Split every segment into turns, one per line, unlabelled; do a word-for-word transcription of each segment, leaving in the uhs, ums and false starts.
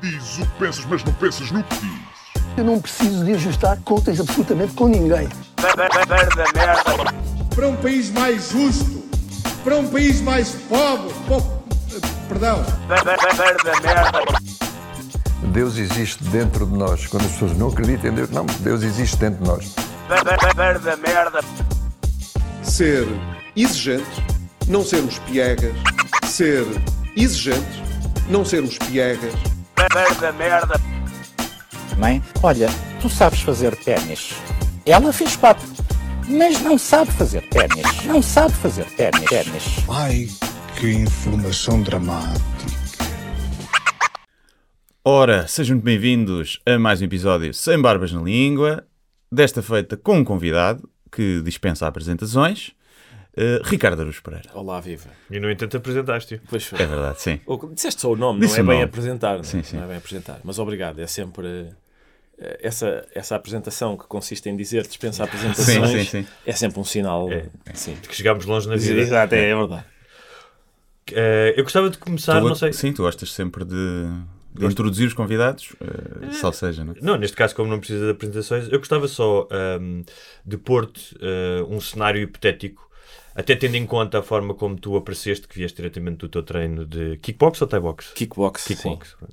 Diz o que pensas, mas não pensas no que dizes.
Eu não preciso de ajustar contas absolutamente com ninguém.
Para um país mais justo, para um país mais pobre, po- perdão.
Deus existe dentro de nós. Quando as pessoas não acreditam em Deus, não, Deus existe dentro de nós.
Ser exigente, não sermos piegas. Ser exigente, não sermos piegas.
Mãe, olha, tu sabes fazer ténis. Ela fez quatro, mas não sabe fazer ténis. Não sabe fazer ténis. ténis.
Ai, que informação dramática.
Ora, sejam muito bem-vindos a mais um episódio Sem Barbas na Língua, desta feita com um convidado que dispensa apresentações, uh, Ricardo Araújo Pereira.
Olá, viva.
E no entanto apresentaste-o.
Pois foi.
É verdade, sim.
Ou, disseste só o nome,
Disse
não é
o
bem
nome.
apresentar. Não,
Sim, sim.
não é bem apresentar. Mas obrigado, é sempre... uh, Essa, essa apresentação que consiste em dizer dispensa apresentações
Sim, sim, sim.
é sempre um sinal...
É.
Sim.
De que chegámos longe na vida.
Exato, é, é verdade.
Uh, eu gostava de começar,
Tu-
não sei...
Sim, tu gostas sempre de, de introduzir os convidados, uh, sal seja, não é?
Não, neste caso, como não precisa de apresentações, eu gostava só um, de pôr-te uh, um cenário hipotético, até tendo em conta a forma como tu apareceste, que vieste diretamente do teu treino de kickbox ou thai box?
Kickbox,
Kickbox, pronto.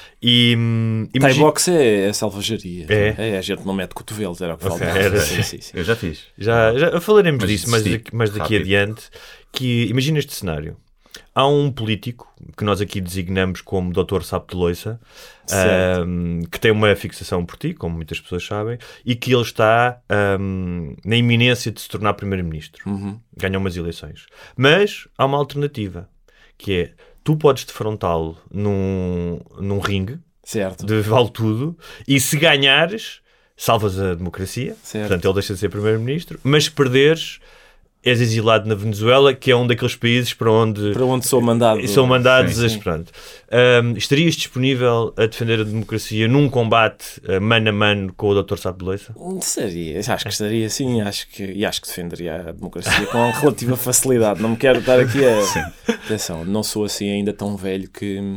E, hum,
sim.
imagi-
Thai box é, é selvageria.
É?
é? A gente não mete cotovelos, era o que
Ok,
faltava.
era.
Sim, sim, sim.
Eu já fiz.
Já, já falaremos
Mas
disso mais
desisti.
daqui, mais daqui
Rápido.
adiante. Que, imagina este cenário. Há um político, que nós aqui designamos como doutor Sapo de Loiça,
Certo.
ahm, que tem uma fixação por ti, como muitas pessoas sabem, e que ele está ahm, na iminência de se tornar primeiro-ministro.
Uhum.
Ganha umas eleições. Mas há uma alternativa, que é, tu podes defrontá-lo num, num ringue,
Certo.
de vale tudo, e se ganhares, salvas a democracia,
Certo.
portanto ele deixa de ser primeiro-ministro, mas se perderes, és exilado na Venezuela, que é um daqueles países para onde,
Para onde sou mandado.
são mandados
Sim,
as,
sim.
pronto. Um, estarias disponível a defender a democracia num combate uh, mano a mano com o doutor Sapo de Loiça?
Seria, acho que estaria sim, acho que, e acho que defenderia a democracia com relativa facilidade. Não me quero estar aqui a... Atenção, não sou assim ainda tão velho que...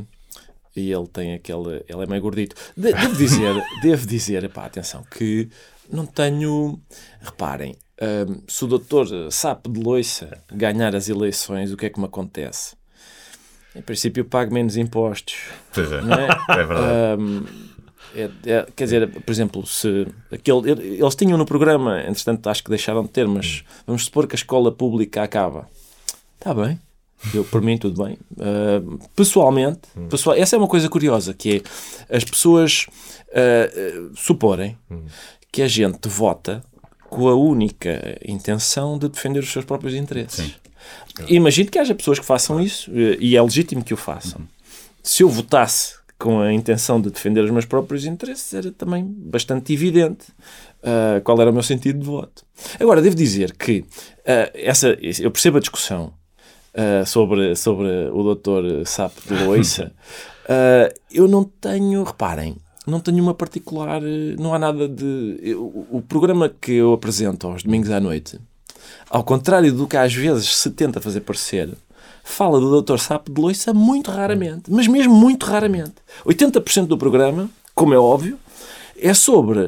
E ele tem aquele... Ele é meio gordito. De- devo dizer, devo dizer, pá, atenção, que não tenho... Reparem, hum, se o doutor Sapo de Loiça ganhar as eleições, o que é que me acontece? Em princípio, eu pago menos impostos.
Pois é,
Não é?
é verdade.
Hum, é- é- quer dizer, por exemplo, se aquele, eles tinham no programa, entretanto acho que deixaram de ter, mas vamos supor que a escola pública acaba. Está bem, eu, por mim tudo bem. Uh, pessoalmente, pessoal, essa é uma coisa curiosa, que é as pessoas uh, uh, suporem que a gente vota com a única intenção de defender os seus próprios interesses.
Sim.
Imagino que haja pessoas que façam isso, e é legítimo que o façam. Se eu votasse com a intenção de defender os meus próprios interesses, era também bastante evidente uh, qual era o meu sentido de voto. Agora, devo dizer que uh, essa, eu percebo a discussão uh, sobre, sobre o doutor Sapo de Loiça. uh, eu não tenho, reparem, não tenho uma particular, uh, não há nada de... eu- o programa que eu apresento aos domingos à noite, ao contrário do que às vezes se tenta fazer parecer, fala do doutor Sapo de Loiça muito raramente, mas mesmo muito raramente. oitenta por cento do programa, como é óbvio, é sobre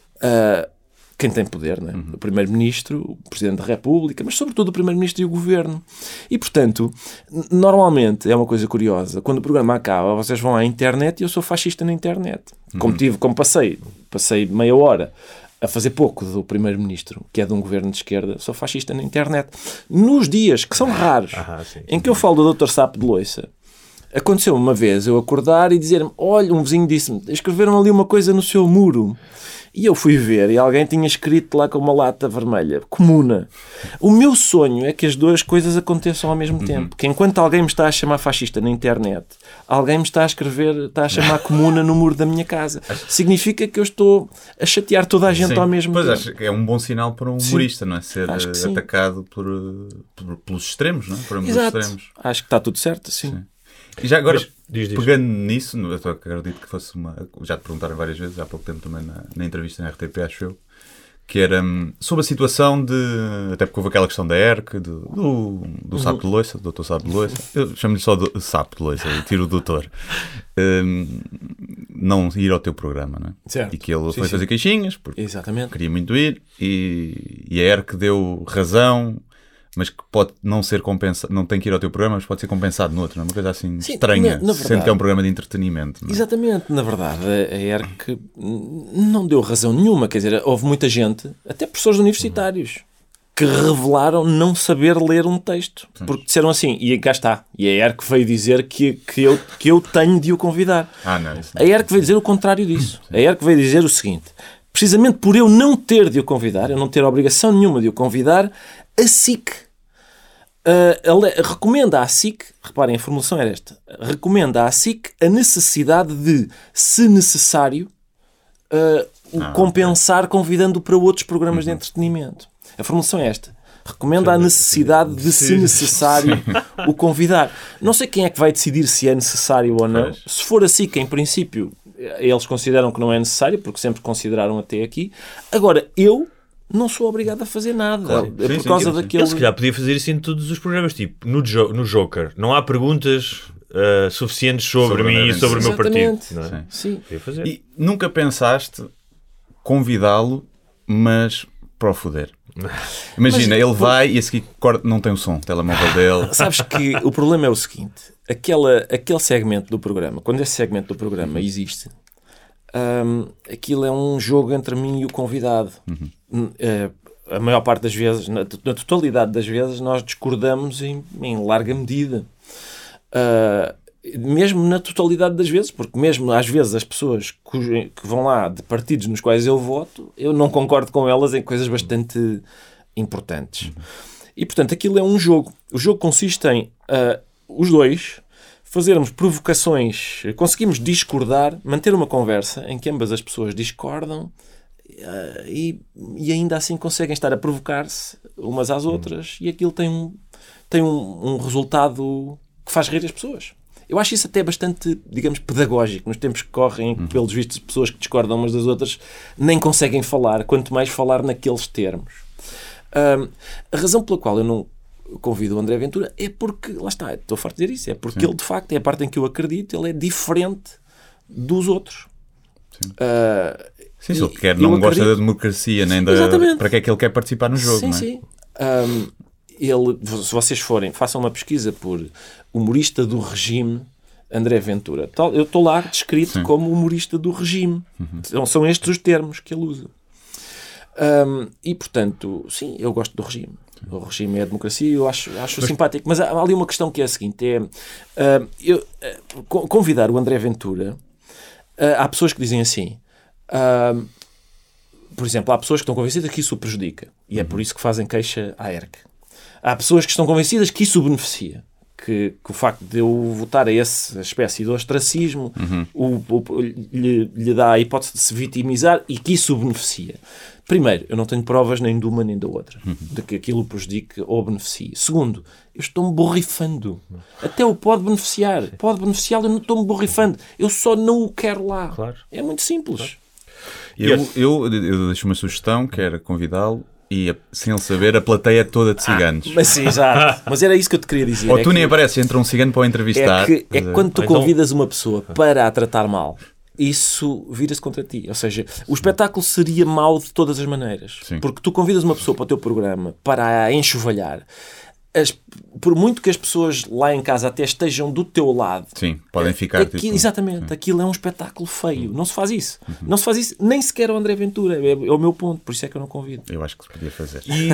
ah, quem tem poder, não é? O Primeiro-Ministro, o Presidente da República, mas sobretudo o Primeiro-Ministro e o Governo. E, portanto, n- normalmente, é uma coisa curiosa, quando o programa acaba, vocês vão à internet e eu sou fascista na internet. Como tive, como passei, passei meia hora a fazer pouco do Primeiro-Ministro, que é de um governo de esquerda, sou fascista na internet. Nos dias, que são raros,
Ah, sim.
em que eu falo do doutor Sapo de Loiça, aconteceu uma vez eu acordar e dizer-me, olha, um vizinho disse-me, escreveram ali uma coisa no seu muro. E eu fui ver e alguém tinha escrito lá com uma lata vermelha, comuna. O meu sonho é que as duas coisas aconteçam ao mesmo tempo. Que enquanto alguém me está a chamar fascista na internet, alguém me está a escrever, está a chamar comuna no muro da minha casa. Significa que eu estou a chatear toda a gente
Sim.
ao mesmo
Pois,
tempo.
acho que é um bom sinal para um humorista, não é? Ser
Acho que
eh,
sim.
atacado por, eh, por- pelos extremos, não é? Por ambos os
Exato.
extremos.
Acho que está tudo certo, sim.
Sim. E já agora,
Mas, diz, diz.
pegando nisso, eu estou- acredito que fosse uma... Já te perguntaram várias vezes, há pouco tempo também na, na entrevista na R T P, acho eu, que era hum, sobre a situação de... Até porque houve aquela questão da E R C, do, do, do Sapo de Loiça, do doutor Sapo de Loiça. Eu chamo-lhe só do Sapo de Loiça, eu tiro o doutor. Hum, não ir ao teu programa, não é?
Certo.
E que ele
Sim,
foi
sim.
fazer queixinhas, porque
Exatamente.
queria muito ir, e, e a E R C deu razão, mas que pode não ser compensado, não tem que ir ao teu programa, mas pode ser compensado no outro, não é? Uma coisa assim
Sim,
estranha,
na- na
sendo
verdade-
que é um programa de entretenimento. Não é?
Exatamente, na verdade, a E R C não deu razão nenhuma, quer dizer, houve muita gente, até professores universitários, que revelaram não saber ler um texto, porque disseram assim, e cá está, e a E R C veio dizer que, que, eu, que eu tenho de o convidar.
Ah, não, isso
A E R C veio dizer o contrário disso. A E R C veio dizer o seguinte: precisamente por eu não ter de o convidar, eu não ter obrigação nenhuma de o convidar, a S I C uh, ele- recomenda à S I C, reparem, a formulação era esta, recomenda à S I C a necessidade de, se necessário, uh, o
Ah,
compensar convidando-o para outros programas de entretenimento. A formulação é esta. Recomenda a necessidade de, se necessário, o convidar. Não sei quem é que vai decidir se é necessário ou não.
Pois.
Se for assim, que em princípio eles consideram que não é necessário, porque sempre consideraram até aqui. Agora, eu não sou obrigado a fazer nada.
Claro.
É
Sim,
por
sim,
causa
sim, sim.
daquele...
Ele se calhar podia fazer isso em todos os programas, tipo, no, jo no Joker. Não há perguntas uh, suficientes sobre,
Sobre
mim
o
e sobre o meu partido.
Exatamente.
Não é?
Sim.
Sim.
Podia fazer.
E nunca pensaste convidá-lo, mas para o foder? Imagina,
Mas-
ele vai e a seguir corta- não tem o som, o telemóvel dele.
Sabes que o problema é o seguinte: aquela, aquele segmento do programa, quando esse segmento do programa existe, hum, aquilo é um jogo entre mim e o convidado. Hum, eh, a maior parte das vezes, na, na totalidade das vezes, nós discordamos em, em larga medida. Ah, mesmo na totalidade das vezes, porque mesmo às vezes as pessoas cujo, que vão lá de partidos nos quais eu voto, eu não concordo com elas em coisas bastante importantes. E, portanto, aquilo é um jogo. O jogo consiste em ah, os dois fazermos provocações, conseguimos discordar, manter uma conversa em que ambas as pessoas discordam ah, e, e ainda assim conseguem estar a provocar-se umas às outras, e aquilo tem um, tem um, um resultado que faz rir as pessoas. Eu acho isso até bastante, digamos, pedagógico, nos tempos que correm, que, pelos vistos, pessoas que discordam umas das outras nem conseguem falar, quanto mais falar naqueles termos. Hum, a razão pela qual eu não convido o André Ventura é porque, lá está, estou farto de dizer isso, é porque
Sim.
ele, de facto, é a parte em que eu acredito, ele é diferente dos outros. Uh,
Sim, se ele quer,
eu
não gosta
acredito-
da democracia, nem da...
Exatamente.
Para que é que ele quer participar no jogo,
sim,
não é?
sim. Um, ele, se vocês forem, façam uma pesquisa por humorista do regime André Ventura. Tal- Eu estou lá descrito
Sim.
como humorista do regime. São, são estes os termos que ele usa. Um, e, portanto, sim, eu gosto do regime. O regime é a democracia, eu acho, acho simpático. Mas há, há ali uma questão que é a seguinte: é uh, eu, uh, co- convidar o André Ventura. Uh, há pessoas que dizem assim. Uh, por exemplo, há pessoas que estão convencidas que isso o prejudica. E é por isso que fazem queixa à E R C. Há pessoas que estão convencidas que isso o beneficia. Que, que o facto de eu votar a essa espécie de ostracismo
Uhum.
o, o, lhe, lhe dá a hipótese de se vitimizar e que isso o beneficia. Primeiro, eu não tenho provas nem de uma nem da outra
Uhum.
de que aquilo o prejudique ou beneficie. Segundo, eu estou-me borrifando. Até o pode beneficiar. Pode beneficiá-lo, eu não estou-me borrifando. Eu só não o quero lá.
Claro.
É muito simples.
Eu, eu, eu deixo uma sugestão, que era convidá-lo e, a- sem ele saber, a plateia toda de ciganos.
Mas sim, exato. Mas era isso que eu te queria dizer.
Ou
é
tu
que-
nem apareces, entra um cigano para o entrevistar.
É que é que quando tu
Então-
convidas uma pessoa para a tratar mal, isso vira-se contra ti. Ou seja, o espetáculo seria mau de todas as maneiras.
Sim.
Porque tu convidas uma pessoa para o teu programa para a enxovalhar. As- por muito que as pessoas lá em casa até estejam do teu lado,
Sim, podem ficar
aqui-
tipo...
exatamente, aquilo é um espetáculo feio. Não se faz isso. Não se faz isso nem sequer o André Ventura. É, é o meu ponto. Por isso é que eu não convido.
Eu acho que se podia fazer.
E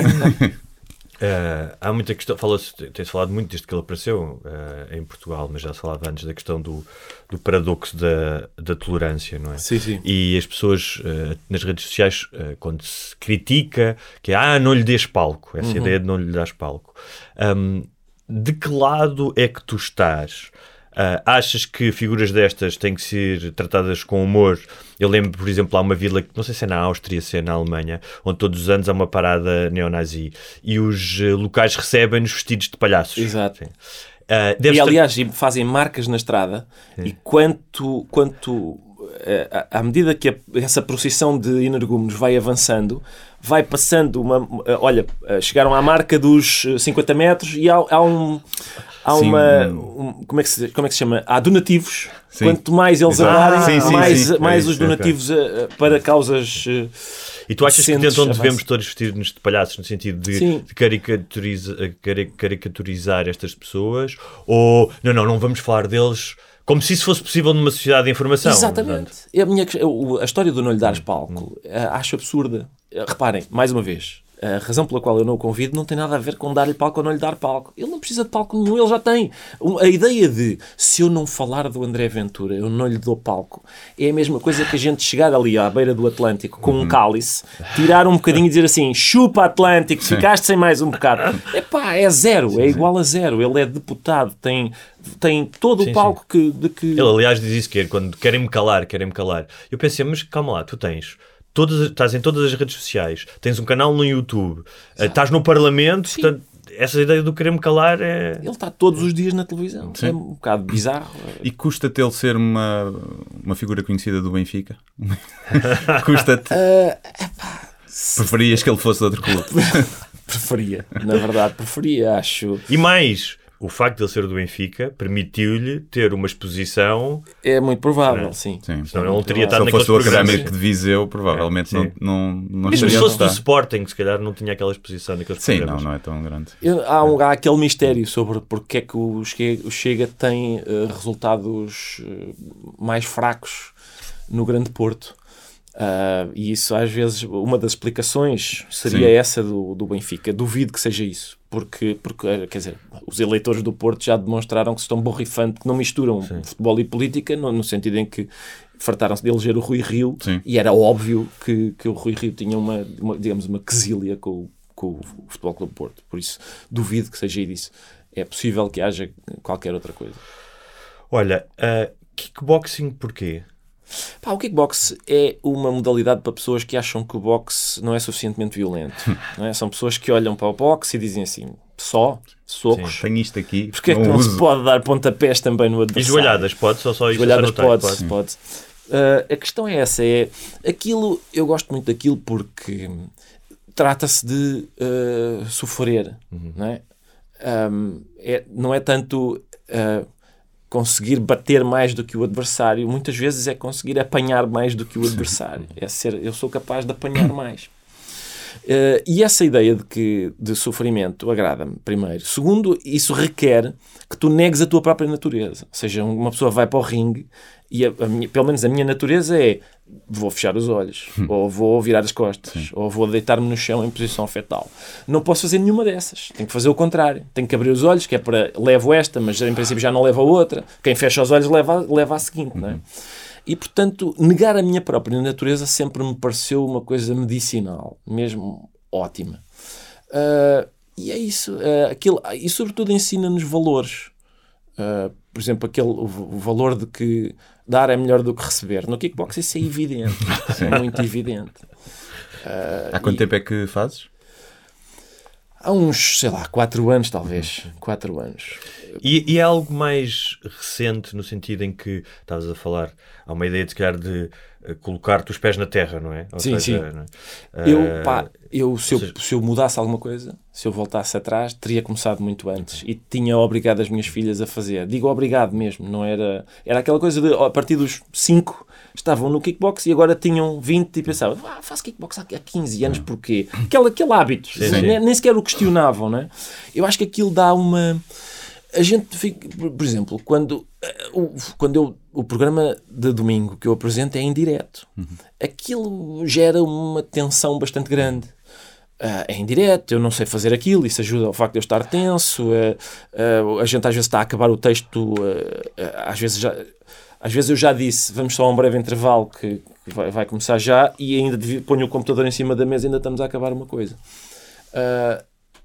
eh, há muita questão, fala-se, tem-se falado muito desde que ele apareceu eh, em Portugal, mas já se falava antes da questão do, do paradoxo da, da tolerância, não é?
Sim, sim.
E as pessoas eh, nas redes sociais, eh, quando se critica que ah, não lhe dês palco, essa ideia de não lhe dar palco, hum, de que lado é que tu estás? Uh, achas que figuras destas têm que ser tratadas com humor? Eu lembro, por exemplo, há uma vila, que não sei se é na Áustria, se é na Alemanha, onde todos os anos há uma parada neonazi e os uh, locais recebem-nos vestidos de palhaços.
Exato.
Sim. Uh, deves
E
ter-
aliás, fazem marcas na estrada e quanto, quanto eh, à à medida que a- essa procissão de energúmenos vai avançando, vai passando uma... eh, Olha, eh, chegaram à marca dos eh, cinquenta metros e há, há um... há
Sim,
uma...
um...
Um, como, é que se, como é que se chama? Há donativos.
Sim.
Quanto mais eles
Exato.
alarem,
Ah, sim, sim,
mais,
sim.
mais
É
os
isso,
donativos okay. uh, para causas... Uh,
E tu achas que
Sentes
tentam
avanço.
devemos todos vestir-nos de palhaços no sentido de, de caricaturiza, cari- caricaturizar estas pessoas? Ou, não, não, não vamos falar deles como se isso fosse possível numa sociedade de informação?
Exatamente. A, minha, a história do não lhe dares palco hum. acho absurda. Reparem, mais uma vez, a razão pela qual eu não o convido não tem nada a ver com dar-lhe palco ou não lhe dar palco. Ele não precisa de palco nenhum, ele já tem. A ideia de, se eu não falar do André Ventura, eu não lhe dou palco, é a mesma coisa que a gente chegar ali à beira do Atlântico com uhum. um cálice, tirar um bocadinho e dizer assim, chupa Atlântico, sim. ficaste sem mais um bocado. Epá, é zero, sim, é igual a zero. Ele é deputado, tem, tem todo sim, o palco que, de que...
Ele, aliás, diz isso, que é quando querem-me calar, querem-me calar. Eu pensei, mas calma lá, tu tens... Todas, estás em todas as redes sociais, tens um canal no YouTube, uh, estás no Parlamento, portanto, essa ideia do querer-me calar é...
Ele está todos os dias na televisão, sim. é um bocado bizarro.
E custa-te ele ser uma, uma figura conhecida do Benfica? Custa-te? Uh, epá, preferias que ele fosse de outro clube?
Preferia, na verdade, preferia, acho.
E mais... O facto de ele ser do Benfica permitiu-lhe ter uma exposição...
É muito provável, é? sim.
sim.
Senão ele não teria estado
naqueles
programas.
Se ele fosse do Académico de Viseu, provavelmente é, não, não, não
Mesmo se fosse do Sporting, se calhar não tinha aquela exposição naqueles
sim,
programas.
Sim, não, não é tão grande.
Há, um, há aquele mistério sobre porque é que o Chega, o Chega tem uh, resultados uh, mais fracos no Grande Porto. Uh, e isso, às vezes, uma das explicações seria sim. essa do, do Benfica. Duvido que seja isso. Porque, porque, quer dizer, os eleitores do Porto já demonstraram que se estão borrifando, que não misturam sim. futebol e política, no, no sentido em que fartaram-se de eleger o Rui Rio, sim. e era óbvio que, que o Rui Rio tinha uma, uma digamos, uma quesília com, com o Futebol Clube do Porto. Por isso, duvido que seja isso. É possível que haja qualquer outra coisa.
Olha, uh, kickboxing porquê?
Pá, o kickbox é uma modalidade para pessoas que acham que o boxe não é suficientemente violento. Não é? São pessoas que olham para o boxe e dizem assim, só socos.
Sim, tenho isto aqui.
Porque é que não uso. Se pode dar pontapés também no adversário?
E joelhadas, pode? Só, só
joelhadas pode-se, pode. Uh, a questão é essa, é aquilo, eu gosto muito daquilo porque trata-se de uh, sofrer, uhum. não é? Um, é? Não é tanto... Uh, conseguir bater mais do que o adversário, muitas vezes é conseguir apanhar mais do que o adversário. É ser, eu sou capaz de apanhar mais. Uh, e essa ideia de, que, de sofrimento agrada-me, primeiro. Segundo, isso requer que tu negues a tua própria natureza. Ou seja, uma pessoa vai para o ringue e, a, a minha, pelo menos a minha natureza é vou fechar os olhos, hum. ou vou virar as costas, Sim. ou vou deitar-me no chão em posição fetal. Não posso fazer nenhuma dessas. Tenho que fazer o contrário. Tenho que abrir os olhos, que é para levo esta, mas em princípio já não levo a outra. Quem fecha os olhos leva, leva a seguinte, uhum. não é? E, portanto, negar a minha própria natureza sempre me pareceu uma coisa medicinal, mesmo ótima. Uh, e é isso. Uh, aquilo, e, sobretudo, ensina-nos valores. Uh, por exemplo, aquele, o, o valor de que dar é melhor do que receber. No kickbox isso é evidente. É muito evidente. Uh,
Há quanto
e,
tempo é que fazes?
Há uns, sei lá, quatro anos, talvez. Quatro anos.
E, e é algo mais recente, no sentido em que estavas a falar, há uma ideia de, se calhar, de uh, colocar-te os pés na terra, não é? Ou
sim,
seja,
sim.
Não é?
Eu,
Uh,
pá, eu, se, eu,
seja...
se eu mudasse alguma coisa, se eu voltasse atrás, teria começado muito antes. E tinha obrigado as minhas filhas a fazer. Digo obrigado mesmo, não era... Era aquela coisa de, a partir dos cinco, estavam no kickbox e agora tinham vinte e pensavam, ah, faço kickbox há quinze anos, porquê? Aquele, aquele hábito.
Sim, sim.
Nem, nem sequer o questionavam, não é? Eu acho que aquilo dá uma... A gente fica... Por exemplo, quando, o, quando eu, o programa de domingo que eu apresento é em direto. Uhum. Aquilo gera uma tensão bastante grande. Uh, é em direto, eu não sei fazer aquilo, isso ajuda ao facto de eu estar tenso. Uh, uh, a gente às vezes está a acabar o texto, uh, uh, às vezes já... Às vezes eu já disse, vamos só a um breve intervalo que vai, vai começar já, e ainda ponho o computador em cima da mesa e ainda estamos a acabar uma coisa. Uh,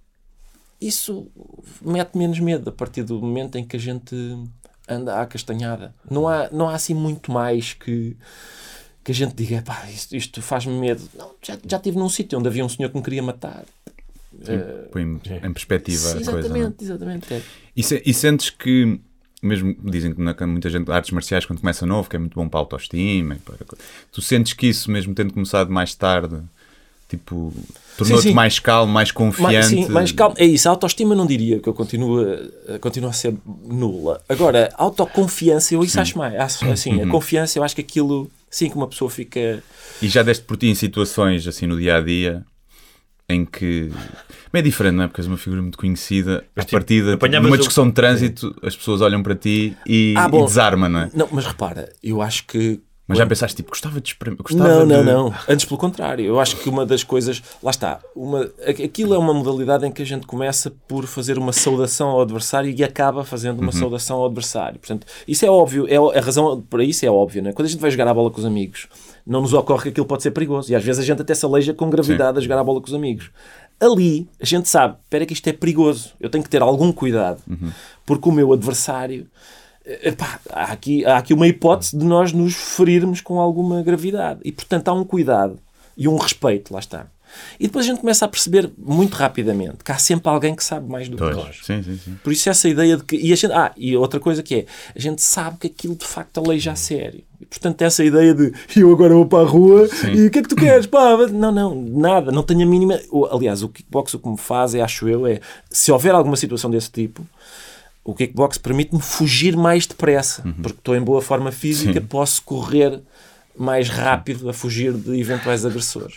isso mete menos medo a partir do momento em que a gente anda à castanhada. Não há, não há assim muito mais que, que a gente diga, pá, isto, isto faz-me medo. Não, já, já estive num sítio onde havia um senhor que me queria matar.
Sim, uh, põe em perspectiva sim, a coisa.
Exatamente, exatamente. É.
E, se, e sentes que... Mesmo dizem que muita gente, artes marciais, quando começa novo, que é muito bom para a autoestima. E para... Tu sentes que isso, mesmo tendo começado mais tarde, Tipo, tornou-te
Sim, sim.
mais calmo, mais confiante?
Mais, sim, mais calmo. É isso, a autoestima não diria que eu continuo a, continua a ser nula. Agora, a autoconfiança, eu isso
Sim.
acho mais. Acho, assim,
Uhum.
a confiança, eu acho que aquilo, sim, que uma pessoa fica...
E já deste por ti em situações, assim, no dia-a-dia, em que... É diferente, não é? Porque és uma figura muito conhecida.
Mas,
À
tipo,
partida,
apanhavas
numa
o-
discussão de trânsito, as pessoas olham para ti e,
Ah, bom.
e desarma, não é?
Não, mas repara, eu acho que...
Mas já pensaste, tipo, gostava de experimentar... Gostava
Não, não,
de...
não. Antes pelo contrário. Eu acho que uma das coisas... Lá está. Uma, aquilo é uma modalidade em que a gente começa por fazer uma saudação ao adversário e acaba fazendo uma
Uhum.
saudação ao adversário. Portanto, isso é óbvio. É, a razão para isso é óbvia, não é? Quando a gente vai jogar a bola com os amigos, não nos ocorre que aquilo pode ser perigoso. E às vezes a gente até se aleija com gravidade
Sim.
a jogar a bola com os amigos. Ali, a gente sabe, espera que isto é perigoso. Eu tenho que ter algum cuidado.
Uhum.
Porque o meu adversário... Epá, há, aqui, há aqui uma hipótese de nós nos ferirmos com alguma gravidade e portanto há um cuidado e um respeito, lá está. E depois a gente começa a perceber muito rapidamente que há sempre alguém que sabe mais do que
Pois.
nós.
Sim, sim, sim.
Por isso essa ideia de que... E, a gente, ah, e outra coisa que é, a gente sabe que aquilo de facto aleija a sério. E portanto essa ideia de eu agora vou para a rua
Sim.
e o que é que tu queres? Pá, não, não, nada, não tenho a mínima... Aliás, o kickbox o que me faz, é, acho eu, é se houver alguma situação desse tipo, o kickbox permite-me fugir mais depressa,
Uhum.
porque estou em boa forma física,
Sim.
posso correr mais rápido a fugir de eventuais agressores.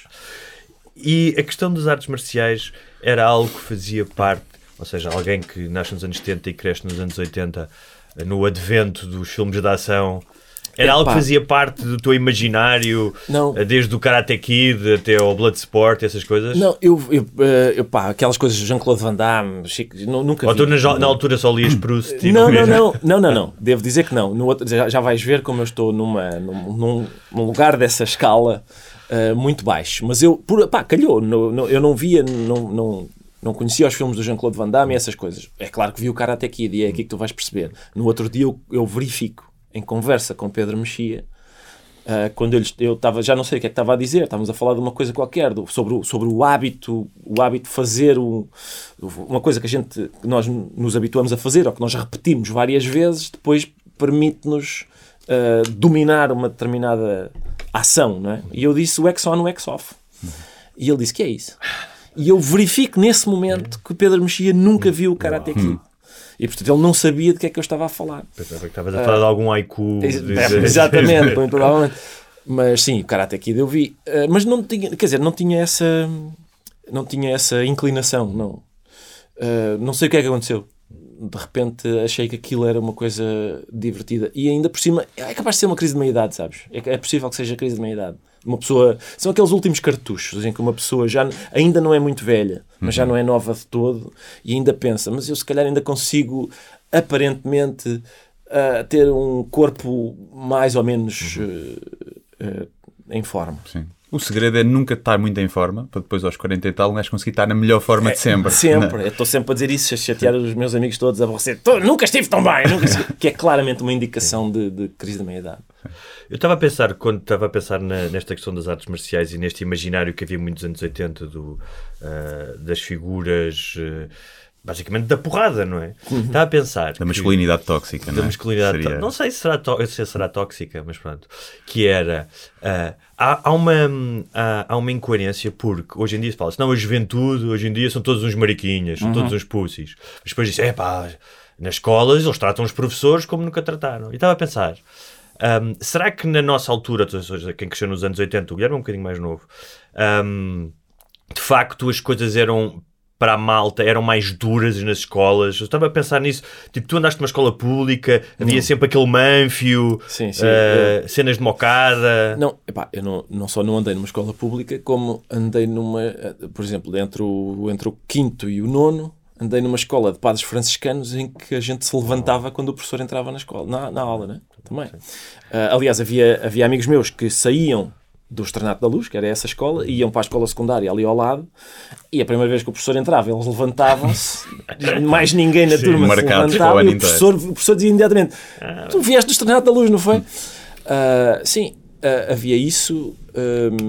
E a questão das artes marciais era algo que fazia parte, ou seja, alguém que nasce nos anos setenta e cresce nos anos oitenta, no advento dos filmes de ação, era
Epá.
algo que fazia parte do teu imaginário,
Não.
desde o Karate Kid até ao Bloodsport, essas coisas?
Não, eu, eu, eh, eu pá, aquelas coisas de Jean-Claude Van Damme, Chico, nu- nunca
Ou
vi.
tu na, na altura só lias Proust e
Não, não,
mesmo-
não, não, não, não. Devo dizer que não. No outro, já, já vais ver como eu estou numa, num, num, num lugar dessa escala uh, muito baixo. Mas eu, por, pá, calhou. No, no, eu não via, não, não, não conhecia os filmes do Jean-Claude Van Damme e essas coisas. É claro que vi o Karate Kid e é aqui que tu vais perceber. No outro dia eu, eu verifico, em conversa com Pedro Mexia, Uh, quando eu, eu estava, já não sei o que é que estava a dizer, estávamos a falar de uma coisa qualquer, do, sobre, o, sobre o hábito, o hábito de fazer o, uma coisa que a gente, que nós nos habituamos a fazer, ou que nós repetimos várias vezes, depois permite-nos uh, dominar uma determinada ação, não é? E eu disse o X-on, o X-off. E ele disse, que é isso? E eu verifico nesse momento que o Pedro Mexia nunca viu o Karate Kid. E portanto ele não sabia de que é que eu estava a falar.
Pensava que estavas a falar de algum haiku.
Ex- Exatamente, muito provavelmente. Mas sim, o Karate Kid eu vi. Uh, mas não tinha, quer dizer, não tinha essa, não tinha essa inclinação, não. Uh, não sei o que é que aconteceu. De repente achei que aquilo era uma coisa divertida. E ainda por cima, é capaz de ser uma crise de meia-idade, sabes? É, é possível que seja crise de meia-idade. Uma pessoa... São aqueles últimos cartuchos em que uma pessoa já ainda não é muito velha, mas já não é nova de todo, e ainda pensa, mas eu se calhar ainda consigo, aparentemente, uh, ter um corpo mais ou menos uh, uh, em forma.
Sim. O segredo é nunca estar muito em forma, para depois aos quarenta e tal, não és conseguir estar na melhor forma de sempre.
É, sempre. Eu estou sempre a dizer isso, a chatear os meus amigos todos, a você. Nunca estive tão bem! Nunca estive... Que é claramente uma indicação de, de crise da meia-idade.
Eu estava a pensar, quando estava a pensar na, nesta questão das artes marciais e neste imaginário que havia muitos anos oitenta do, uh, das figuras, uh, basicamente da porrada, não é?
Uhum.
Estava a pensar...
Da masculinidade que, tóxica, não é?
Da masculinidade
Seria...
tó- Não sei se será, tó- se será tóxica, mas pronto. Que era... Uh, há, há, uma, há, há uma incoerência porque hoje em dia se fala-se, não, a juventude, hoje em dia são todos uns mariquinhas, são
Uhum.
todos uns pussies. Mas depois diz, é pá, nas escolas eles tratam os professores como nunca trataram. E estava a pensar... Um, será que na nossa altura, ou seja, quem cresceu nos anos oitenta, o Guilherme é um bocadinho mais novo, um, de facto as coisas eram, para a malta, eram mais duras nas escolas? Eu estava a pensar nisso, tipo, tu andaste numa escola pública, havia
Não.
sempre aquele manfio,
Sim, sim.
uh,
Eu-
cenas de mocada.
Não, epá, eu não, não só não andei numa escola pública, como andei numa, eh, por exemplo, entre o, entre o quinto e o nono, andei numa escola de padres franciscanos em que a gente se levantava quando o professor entrava na escola, na, na aula, né? Também. Uh, aliás, havia, havia amigos meus que saíam do Externato da Luz, que era essa escola, e iam para a escola secundária ali ao lado, e a primeira vez que o professor entrava, eles levantavam-se, mais ninguém na
Sim,
turma se
marcados para o
levantava,
ano
e o professor, o professor dizia imediatamente, tu vieste do Externato da Luz, não foi? Uh, sim, uh, havia isso. um,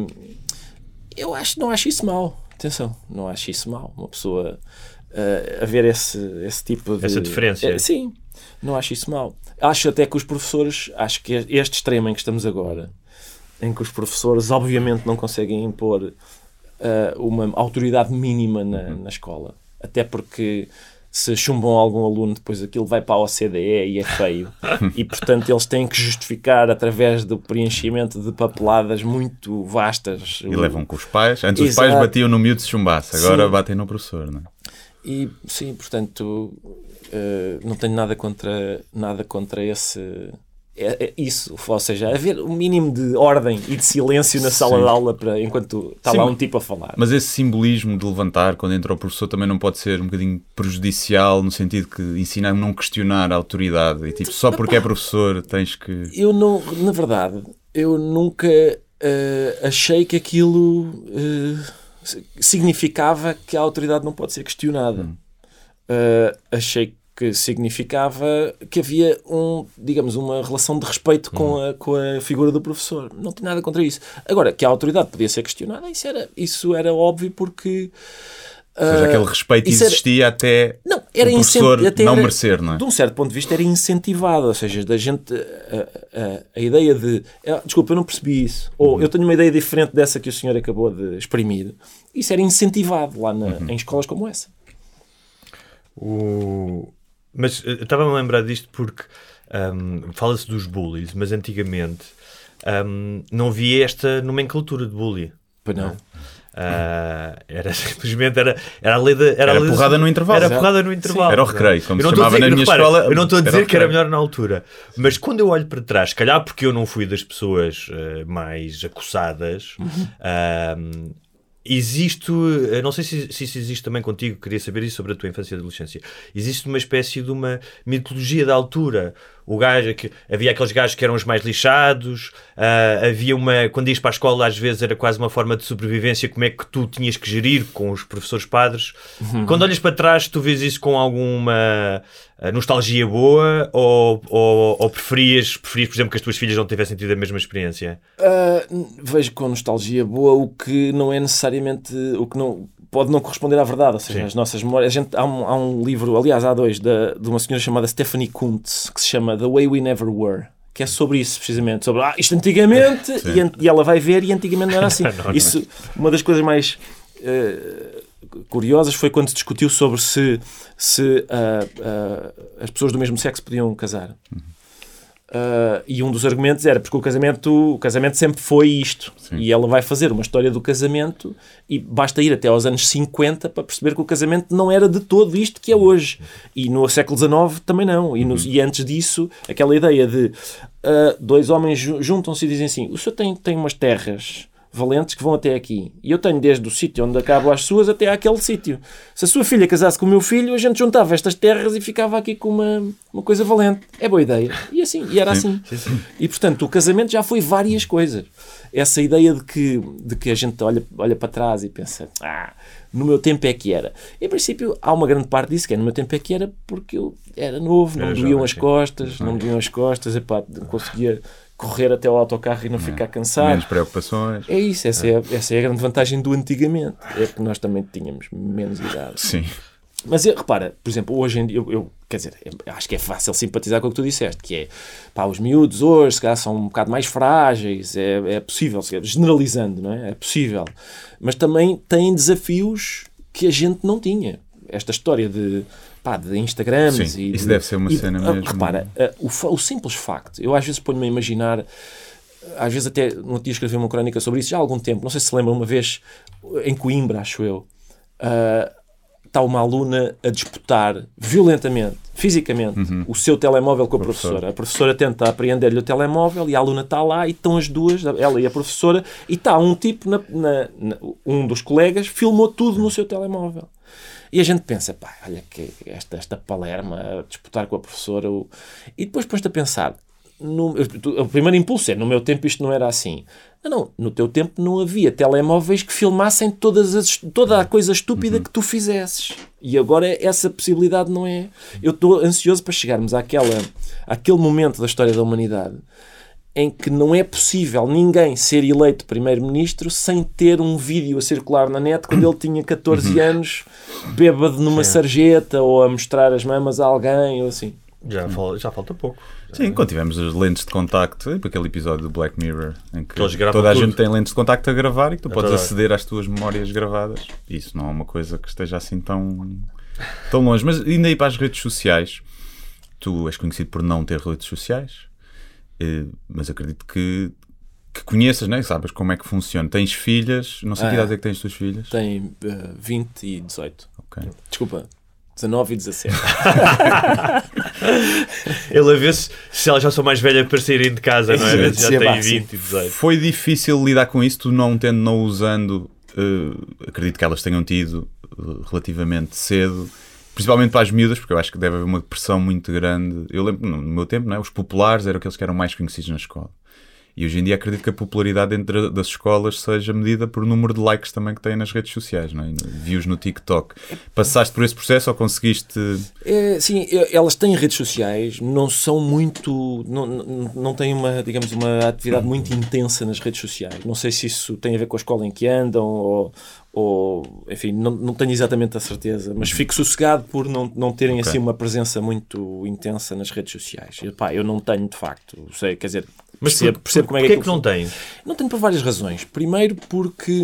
eu acho, não acho isso mau. Atenção, não acho isso mau. Uma pessoa uh, haver esse, esse tipo de...
Essa diferença.
É, sim, não acho isso mau. Acho até que os professores, acho que este extremo em que estamos agora, em que os professores obviamente não conseguem impor uh, uma autoridade mínima na, uhum. na escola. Até porque se chumbam algum aluno, depois aquilo vai para a O C D E e é feio. E, portanto, eles têm que justificar através do preenchimento de papeladas muito vastas.
E levam com os pais. Antes
Exato.
Os pais batiam no miúdo se chumbasse, agora
sim.
batem no professor, não é?
E, sim, portanto, uh, não tenho nada contra, nada contra esse... É, é isso, ou seja, haver um mínimo de ordem e de silêncio na sala
Sim.
de aula para, enquanto está
Sim,
lá um tipo a falar.
Mas esse simbolismo de levantar quando entra o professor também não pode ser um bocadinho prejudicial, no sentido que ensina a não questionar a autoridade e tipo, só porque é professor tens que...
Eu não, na verdade, eu nunca uh, achei que aquilo uh, significava que a autoridade não pode ser questionada. Hum. Uh, achei que significava que havia um, digamos, uma relação de respeito com,
hum.
a, com a figura do professor. Não tem nada contra isso. Agora, que a autoridade podia ser questionada, isso era, isso era óbvio porque...
Ou seja, uh, aquele respeito existia era, até
não, era
o professor
até
não
era,
merecer, não é?
De um certo ponto de vista era incentivado, ou seja, da gente, a, a, a ideia de... Desculpa, eu não percebi isso. Ou uhum. eu tenho uma ideia diferente dessa que o senhor acabou de exprimir. Isso era incentivado lá na, uhum. em escolas como essa.
O... Mas eu estava-me a lembrar disto porque um, fala-se dos bullies, mas antigamente um, não havia esta nomenclatura de bully.
Pois não.
Uh, era simplesmente era, era a lei da era,
era
a lei
porrada
de,
no intervalo.
Era porrada no intervalo.
Sim. Era o recreio, como
eu
se chamava na minha
repara,
escola.
Eu não estou a dizer
era
que era melhor na altura, mas quando eu olho para trás, se calhar porque eu não fui das pessoas uh, mais acossadas, uhum. uh, existe, não sei se, se isso existe também contigo, queria saber isso sobre a tua infância e adolescência. Existe uma espécie de uma mitologia da altura. O gajo, que, havia aqueles gajos que eram os mais lixados, uh, havia uma, quando ias para a escola às vezes era quase uma forma de sobrevivência, como é que tu tinhas que gerir com os professores padres. Uhum. Quando olhas para trás, tu vês isso com alguma nostalgia boa ou, ou, ou preferias, preferias, por exemplo, que as tuas filhas não tivessem tido a mesma experiência?
Uh, vejo com nostalgia boa o que não é necessariamente, o que não... pode não corresponder à verdade, ou seja, Sim. as nossas memórias. A gente, há, um, há um livro, aliás, há dois, de, de uma senhora chamada Stephanie Kuntz, que se chama The Way We Never Were, que é sobre isso, precisamente, sobre ah, isto antigamente, e, e ela vai ver, e antigamente não era assim. não, não, isso, não. Uma das coisas mais uh, curiosas foi quando se discutiu sobre se, se uh, uh, as pessoas do mesmo sexo podiam casar. Uhum. Uh, e um dos argumentos era porque o casamento, o casamento sempre foi isto. Sim. E ela vai fazer uma história do casamento e basta ir até aos anos cinquenta para perceber que o casamento não era de todo isto que é hoje. E no século dezanove também não. E, no, uhum. e antes disso, aquela ideia de uh, dois homens juntam-se e dizem assim: o senhor tem, tem umas terras valentes que vão até aqui. E eu tenho desde o sítio onde acabo as suas até àquele sítio. Se a sua filha casasse com o meu filho, a gente juntava estas terras e ficava aqui com uma, uma coisa valente. É boa ideia. E assim, e era assim. Sim, sim. E portanto, o casamento já foi várias coisas. Essa ideia de que, de que a gente olha, olha para trás e pensa, ah, no meu tempo é que era. Em princípio, há uma grande parte disso que é no meu tempo é que era porque eu era novo, não me doíam as costas, não me doíam as costas, epá, não conseguia correr até ao autocarro e não, não ficar cansado.
Menos preocupações.
É isso, essa é. É, essa é a grande vantagem do antigamente. É que nós também tínhamos menos idade.
Sim.
Mas repara, por exemplo, hoje em dia, eu, eu, quer dizer, eu acho que é fácil simpatizar com o que tu disseste, que é, pá, os miúdos hoje, se calhar, são um bocado mais frágeis, é, é possível, generalizando, não é? É possível. Mas também têm desafios que a gente não tinha. Esta história de... Pá, de Instagrams.
Sim,
e
isso
de,
deve ser uma
e,
cena
uh,
mesmo.
Repara, uh, o, o simples facto, eu às vezes ponho-me a imaginar, às vezes até no dia escrevi uma crónica sobre isso já há algum tempo, não sei se se lembra, uma vez em Coimbra, acho eu, uh, está uma aluna a disputar violentamente, fisicamente, uhum. o seu telemóvel com a professora. professora. A professora tenta apreender-lhe o telemóvel e a aluna está lá e estão as duas, ela e a professora, e está um tipo, na, na, na, um dos colegas, filmou tudo no seu telemóvel. E a gente pensa, pá, olha que esta, esta palerma a disputar com a professora. O... E depois pões-te a pensar, no, o primeiro impulso é, no meu tempo isto não era assim. Não, não, no teu tempo não havia telemóveis que filmassem todas as, toda a coisa estúpida uhum. que tu fizesses. E agora essa possibilidade não é... Eu estou ansioso para chegarmos àquela, àquele momento da história da humanidade em que não é possível ninguém ser eleito primeiro-ministro sem ter um vídeo a circular na net quando ele tinha catorze anos, bêbado numa Sim. sarjeta ou a mostrar as mamas a alguém ou assim.
Já, fal- já falta pouco.
Sim, quando tivemos as lentes de contacto, tipo aquele episódio do Black Mirror, em que,
Que
toda a
tudo.
gente tem lentes de contacto a gravar e que tu
É
podes
verdade.
aceder às tuas memórias gravadas. Isso não é uma coisa que esteja assim tão, tão longe. Mas ainda aí para as redes sociais, tu és conhecido por não ter redes sociais, eh, mas acredito que, que conheças, né? Sabes como é que funciona. Tens filhas, não sei
Ah,
que idade é que tens as tuas filhas.
Tem uh, vinte e dezoito.
Ok.
Desculpa, dezanove e dezassete.
Ele a ver se, se elas já são mais velhas para saírem de casa, não é? A ver se já
Sim,
têm
sim.
vinte e dezoito.
Foi difícil lidar com isso, tu não tendo, não usando, eh, acredito que elas tenham tido eh, relativamente cedo, principalmente para as miúdas, porque eu acho que deve haver uma pressão muito grande. Eu lembro, no meu tempo, não é? Os populares eram aqueles que eram mais conhecidos na escola. E hoje em dia acredito que a popularidade dentro das escolas seja medida por número de likes também que têm nas redes sociais, não é? Views no TikTok. Passaste por esse processo ou conseguiste...
É, sim, é, elas têm redes sociais, não são muito, não, não, não têm uma, digamos, uma atividade muito intensa nas redes sociais. Não sei se isso tem a ver com a escola em que andam ou, ou enfim, não, não tenho exatamente a certeza, mas fico sossegado por não, não terem
Ok.
assim uma presença muito intensa nas redes sociais. Eu, pá, eu não tenho de facto, sei, quer dizer,
Mas
percebo,
por,
percebo
por,
como é
porquê
que
é que não tens?
Não tenho por várias razões. Primeiro porque,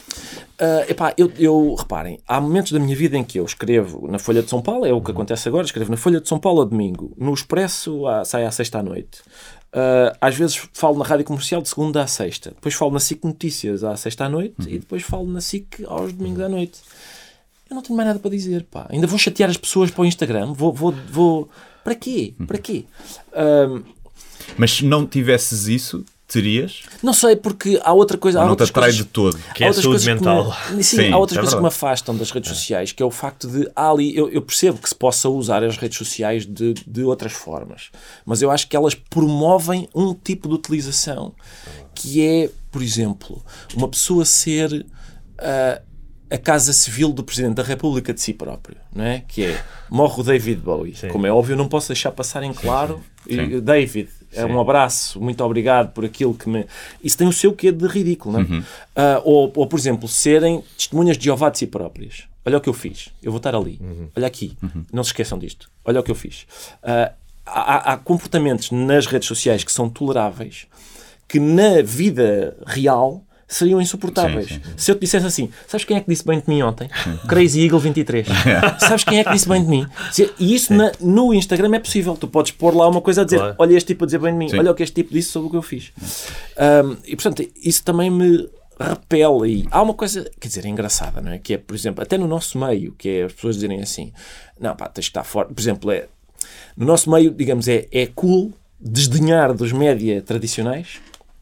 uh, epá, eu, eu, reparem, há momentos da minha vida em que eu escrevo na Folha de São Paulo, é o que acontece agora, escrevo na Folha de São Paulo ao domingo, no Expresso à, sai à sexta à noite. Uh, às vezes falo na Rádio Comercial de segunda à sexta, depois falo na S I C Notícias à sexta à noite e depois falo na S I C aos domingos à noite. Eu não tenho mais nada para dizer, pá. Ainda vou chatear as pessoas para o Instagram, vou... vou, vou... Para quê? Para quê? Uh,
Mas se não tivesses isso, terias?
Não sei, porque há outra coisa...
Ou
há
não te
outras
atrai
coisas,
de todo?
Que é
há
a
outras
saúde
coisas que
mental.
me- sim,
Sim,
há outras
é
coisas que me
verdade.
afastam das redes sociais, que é o facto de... Há ali, eu, eu percebo que se possa usar as redes sociais de, de outras formas, mas eu acho que elas promovem um tipo de utilização, que é, por exemplo, uma pessoa ser... ah, a casa civil do Presidente da República de si próprio, não é? Que é, morre o David Bowie.
Sim.
Como é óbvio, não posso deixar passar em claro.
Sim.
E, David, é um abraço, muito obrigado por aquilo que me... Isso tem o seu quê de ridículo, não é?
Uhum.
Ah, ou, ou, por exemplo, serem testemunhas de Jeová de si próprias. Olha o que eu fiz. Eu vou estar ali.
Uhum.
Olha aqui. Não se esqueçam disto. Olha o que eu fiz. Ah, há, há comportamentos nas redes sociais que são toleráveis que na vida real seriam insuportáveis.
Sim, sim, sim.
Se eu te dissesse assim, sabes quem é que disse bem de mim ontem? Crazy Eagle vinte e três. Sabes quem é que disse bem de mim? E isso na, no Instagram é possível. Tu podes pôr lá uma coisa a dizer,
Claro.
olha este tipo a dizer bem de mim,
Sim.
olha o que este tipo disse sobre o que eu fiz. Um, e portanto, isso também me repele. E há uma coisa, quer dizer, engraçada, não é? Que é, por exemplo, até no nosso meio, que é as pessoas dizerem assim, não, pá, tens de estar fora. Por exemplo, é, no nosso meio, digamos, é, é cool desdenhar dos média tradicionais.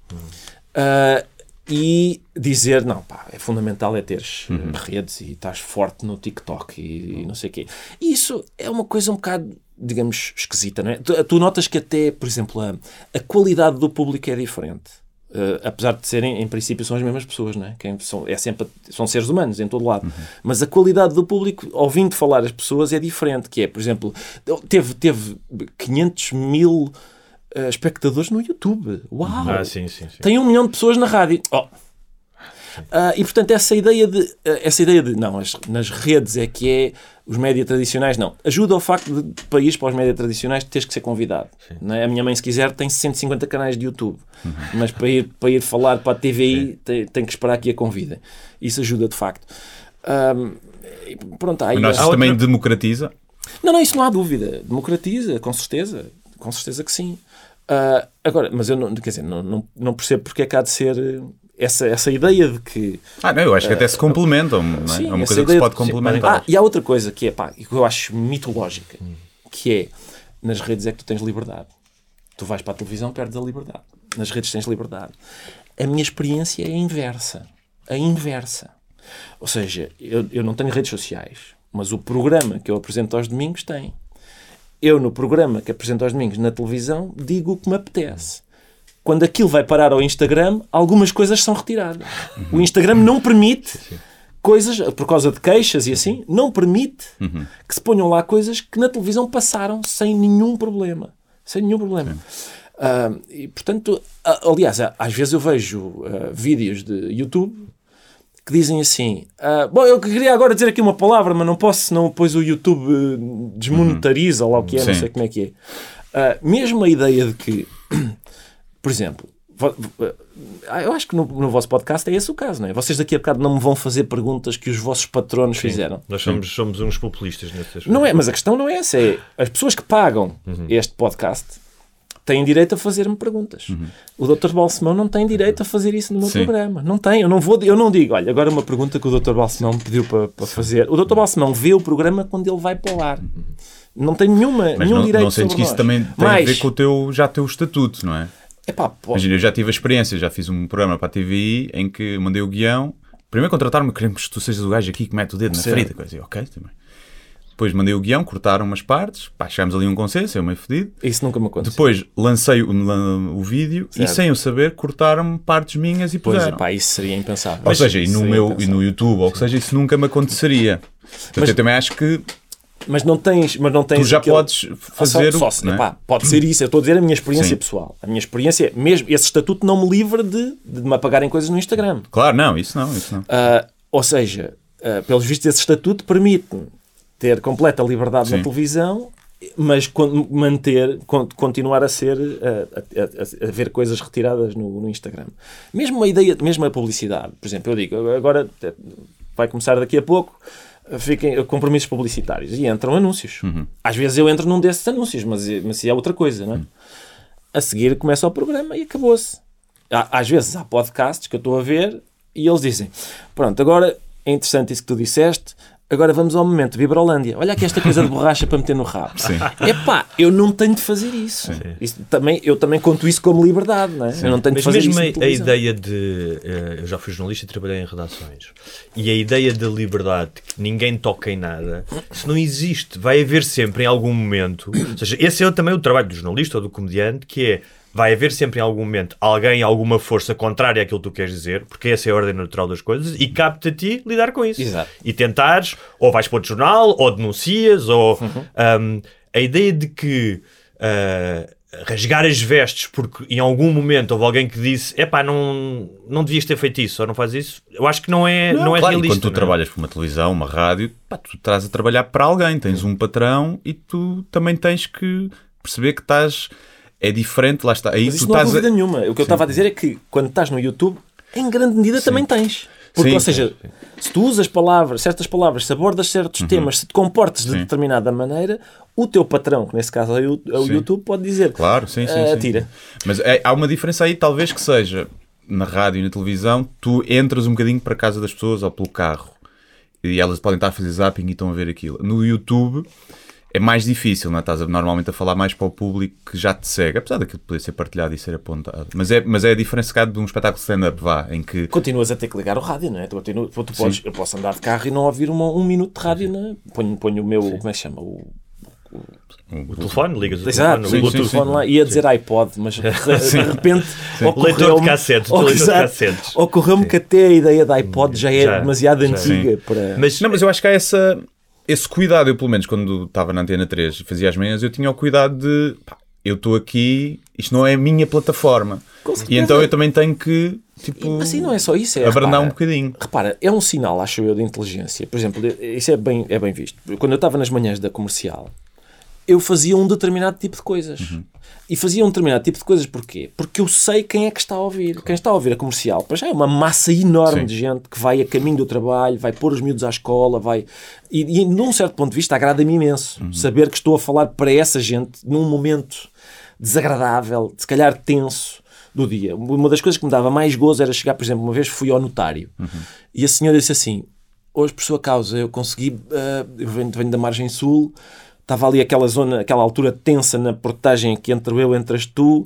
Uh, e dizer, não, pá, é fundamental é teres
Uhum.
redes e estás forte no TikTok e, e não sei o quê. E isso é uma coisa um bocado, digamos, esquisita, não é? Tu, tu notas que até, por exemplo, a, a qualidade do público é diferente. Uh, apesar de serem, em princípio, são as mesmas pessoas, não é? Quem são, é sempre, são seres humanos em todo lado. Uhum. Mas a qualidade do público, ouvindo falar as pessoas, é diferente. Que é, por exemplo, teve, teve quinhentos mil... Uh, espectadores no YouTube. Uau!
Ah, sim, sim, sim.
Tem um milhão de pessoas na rádio. Oh. Uh, e portanto, essa ideia de, uh, essa ideia de não, as, nas redes é que é os média tradicionais, não. Ajuda ao facto de, para ir para os média tradicionais, teres que ser convidado. Não é? A minha mãe, se quiser, tem cento e cinquenta canais de YouTube. Uhum. Mas para ir, para ir falar para a T V I, tem, tem que esperar que a convidem. Isso ajuda de facto. Um, pronto, aí,
Mas
há
também
outra...
democratiza?
Não, não, isso não há dúvida. Democratiza, com certeza. Com certeza que sim. Uh, agora, mas eu não, quer dizer, não, não, não percebo porque é que há de ser essa, essa ideia de que...
Ah, não, eu acho que até se complementam, não é?
Sim,
É uma
essa
coisa que se
ideia
pode
de-
complementar.
Ah, e há outra coisa que é, pá, que eu acho mitológica, que é, nas redes é que tu tens liberdade. Tu vais para a televisão, perdes a liberdade. Nas redes tens liberdade. A minha experiência é a inversa. A inversa. Ou seja, eu, eu não tenho redes sociais, mas o programa que eu apresento aos domingos tem. Eu, no programa que apresento aos domingos na televisão, digo o que me apetece. Quando aquilo vai parar ao Instagram, algumas coisas são retiradas. O Instagram não permite coisas, por causa de queixas e assim, não permite
Uhum.
que se ponham lá coisas que na televisão passaram sem nenhum problema. Sem nenhum problema. Uh, e, portanto, uh, aliás, uh, às vezes eu vejo uh, vídeos de YouTube que dizem assim, uh, bom, eu queria agora dizer aqui uma palavra, mas não posso, senão depois o YouTube uh, desmonetariza, ou lá o que é, não
Sim.
sei como é que é. Uh, mesmo a ideia de que, por exemplo, eu acho que no, no vosso podcast é esse o caso, não é? Vocês daqui a bocado não me vão fazer perguntas que os vossos patronos Sim, fizeram.
Nós somos, somos uns populistas nesse aspecto.
Não é, mas a questão não é essa. É as pessoas que pagam uhum. este podcast têm direito a fazer-me perguntas. Uhum. O doutor Balsemão não tem direito a fazer isso no meu Sim. programa. Não tem. Eu não, vou, eu não digo, olha, agora uma pergunta que o doutor Balsemão me pediu para, para fazer. O doutor Balsemão vê o programa quando ele vai para o ar. Não tem nenhuma,
mas
nenhum
não,
direito
não sentes que isso
nós.
também tem mas, a ver com o teu, já teu estatuto, não é?
Epá, pô.
Imagina, eu já tive a experiência, já fiz um programa para a T V I em que mandei o guião. Primeiro contrataram-me, queremos que tu sejas o gajo aqui que mete o dedo na ferida. Coisa. Eu, ok, também. Depois mandei o guião, cortaram umas partes, pá, chegámos ali a um consenso, eu meio fedido.
Isso nunca me aconteceu.
Depois lancei o, o vídeo certo. E sem eu saber cortaram-me partes minhas e puseram.
Pois, pá, isso seria impensável.
Ou seja, e no, meu, e no YouTube, ou o que seja, isso nunca me aconteceria. Portanto, mas, eu também acho que
Mas não tens, mas não tens
tu já
aquele...
podes fazer
só,
o...
só, epá, pode ser isso, eu estou a dizer a minha experiência
Sim.
pessoal. A minha experiência, mesmo esse estatuto não me livra de, de me apagarem coisas no Instagram.
Claro, não, isso não. Isso não.
Uh, ou seja, uh, pelos vistos, esse estatuto permite-me ter completa liberdade Sim. na televisão, mas con- manter, con- continuar a ser, uh, a, a, a ver coisas retiradas no, no Instagram. Mesmo a ideia, mesmo a publicidade, por exemplo, eu digo, agora vai começar daqui a pouco, fiquem compromissos publicitários e entram anúncios. Uhum. Às vezes eu entro num desses anúncios, mas, mas é outra coisa, não é? Uhum. A seguir começa o programa e acabou-se. Às vezes há podcasts que eu estou a ver e eles dizem, pronto, agora é interessante isso que tu disseste, agora vamos ao momento Vibrolândia. Olha aqui esta coisa de borracha para meter no rabo. Sim. Epá, eu não tenho de fazer isso. isso também, eu também conto isso como liberdade, não é? Eu não tenho
Mas
de fazer
mesmo
isso
a, a ideia de... Eu já fui jornalista e trabalhei em redações. E a ideia da liberdade, que ninguém toca em nada, isso não existe. Vai haver sempre em algum momento... Ou seja, esse é também o trabalho do jornalista ou do comediante, que é... Vai haver sempre em algum momento alguém, alguma força contrária àquilo que tu queres dizer, porque essa é a ordem natural das coisas, e cabe-te a ti lidar com isso.
Exato.
E tentares, ou vais para outro jornal, ou denuncias, ou... Uhum. Um, a ideia de que uh, rasgar as vestes porque em algum momento houve alguém que disse epá, não, não devias ter feito isso, ou não fazes isso, eu acho que não é, não, não é
claro,
realista.
Quando tu
não?
trabalhas para uma televisão, uma rádio, pá, tu estás a trabalhar para alguém, tens um patrão e tu também tens que perceber que estás... É diferente, lá está. Aí
Mas isso
tu
não há
estás
dúvida
a...
nenhuma. O que eu Sim. estava a dizer é que quando estás no YouTube, em grande medida Sim. também tens. Porque, Sim. ou seja, se tu usas palavras, certas palavras, se abordas certos uhum. temas, se te comportes de sim. determinada maneira, o teu patrão, que nesse caso é o, é o YouTube, pode dizer
claro, sim, sim,
uh,
sim.
tira.
Mas é, há uma diferença aí, talvez que seja na rádio e na televisão, tu entras um bocadinho para a casa das pessoas ou pelo carro e elas podem estar a fazer zapping e estão a ver aquilo. No YouTube... É mais difícil, não é? Estás a, normalmente a falar mais para o público que já te segue, apesar daquilo poder ser partilhado e ser apontado. Mas é, mas é a diferença de um espetáculo de stand-up, vá, em que...
Continuas a ter que ligar o rádio, não é? Tu, tu, tu podes, eu posso andar de carro e não ouvir uma, um minuto de rádio, não é? Ponho, ponho o meu, Sim. como é que se chama? O, o,
o, o telefone, ligas o
Exato,
telefone,
ligo o telefone sim, lá, ia dizer iPod, mas de repente
leitor de cassetes,
ocorreu-me que até a ideia da iPod já é já, demasiado já, antiga para...
Mas, não, mas eu acho que há essa... Esse cuidado, eu pelo menos quando estava na Antena três e fazia as manhãs, eu tinha o cuidado de, pá, eu estou aqui, isto não é a minha plataforma. E então eu também tenho que, tipo,
mas assim não é só isso, é,
abrandar
repara,
um bocadinho.
Repara, é um sinal, acho eu, de inteligência. Por exemplo, isso é bem, é bem visto. Quando eu estava nas manhãs da Comercial, eu fazia um determinado tipo de coisas. Uhum. E fazia um determinado tipo de coisas porquê? Porque eu sei quem é que está a ouvir. Claro. Quem está a ouvir a Comercial, para já é uma massa enorme Sim. de gente que vai a caminho do trabalho, vai pôr os miúdos à escola, vai... E, e de um certo ponto de vista agrada-me imenso uhum. saber que estou a falar para essa gente num momento desagradável, se calhar tenso do dia. Uma das coisas que me dava mais gozo era chegar, por exemplo, uma vez fui ao notário uhum. e a senhora disse assim, hoje por sua causa eu consegui, uh, eu venho, venho da margem sul, estava ali aquela zona, aquela altura tensa na portagem que entre eu, entras tu,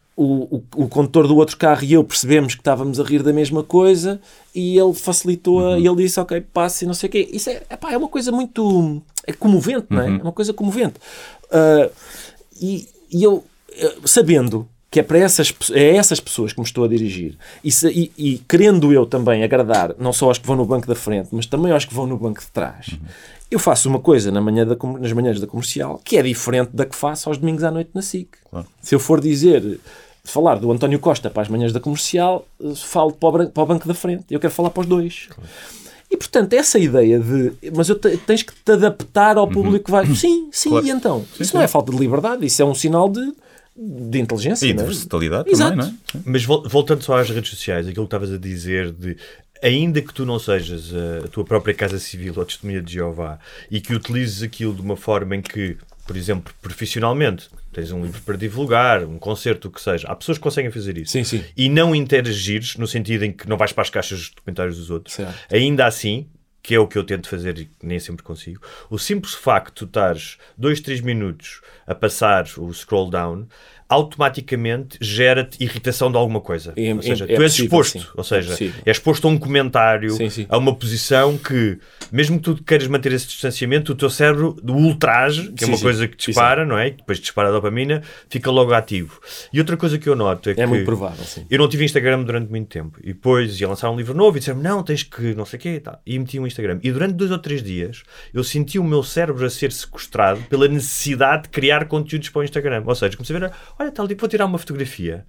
o, o, o condutor do outro carro e eu percebemos que estávamos a rir da mesma coisa e ele facilitou, a, uhum. e ele disse, ok, passe e não sei o quê. Isso é, epá, é uma coisa muito... é comovente, uhum. não é? É uma coisa comovente. Uh, e, e eu, sabendo que é para essas, é essas pessoas que me estou a dirigir e, se, e, e querendo eu também agradar, não só aos que vão no banco da frente, mas também aos que vão no banco de trás, uhum. eu faço uma coisa na manhã da, nas manhãs da Comercial que é diferente da que faço aos domingos à noite na S I C. Claro. Se eu for dizer, falar do António Costa para as manhãs da Comercial, falo para o, para o banco da frente. Eu quero falar para os dois. Claro. E, portanto, essa ideia de... Mas eu te, tens que te adaptar ao público uhum. que vai... Sim, sim, claro. E então? Sim, isso sim. não é falta de liberdade, isso é um sinal de, de inteligência.
E
não
de
é?
versatilidade
Exato.
também, não é? Sim.
Mas voltando só às redes sociais, aquilo que estavas a dizer de... Ainda que tu não sejas a tua própria casa civil ou testemunha de Jeová e que utilizes aquilo de uma forma em que, por exemplo, profissionalmente, tens um livro para divulgar, um concerto, o que seja, há pessoas que conseguem fazer isso.
Sim, sim.
E não interagires no sentido em que não vais para as caixas de comentários dos outros.
Certo.
Ainda assim, que é o que eu tento fazer e nem sempre consigo, o simples facto de tu estares dois, três minutos a passar o scroll down automaticamente gera-te irritação de alguma coisa.
É,
ou seja,
é, é
tu és
possível,
exposto,
sim.
ou seja,
é,
é exposto a um comentário,
sim, sim.
a uma posição que, mesmo que tu queiras manter esse distanciamento, o teu cérebro, do ultraje, que é
sim,
uma
sim.
coisa que dispara, não é? E depois dispara a dopamina, fica logo ativo. E outra coisa que eu noto é, é que...
É muito provável, sim.
Eu não tive Instagram durante muito tempo. E depois ia lançar um livro novo e disseram-me, não, tens que não sei o quê e tal. E meti um Instagram. E durante dois ou três dias, eu senti o meu cérebro a ser sequestrado pela necessidade de criar conteúdos para o Instagram. Ou seja, comecei a ver, olha, tal dia vou tirar uma fotografia.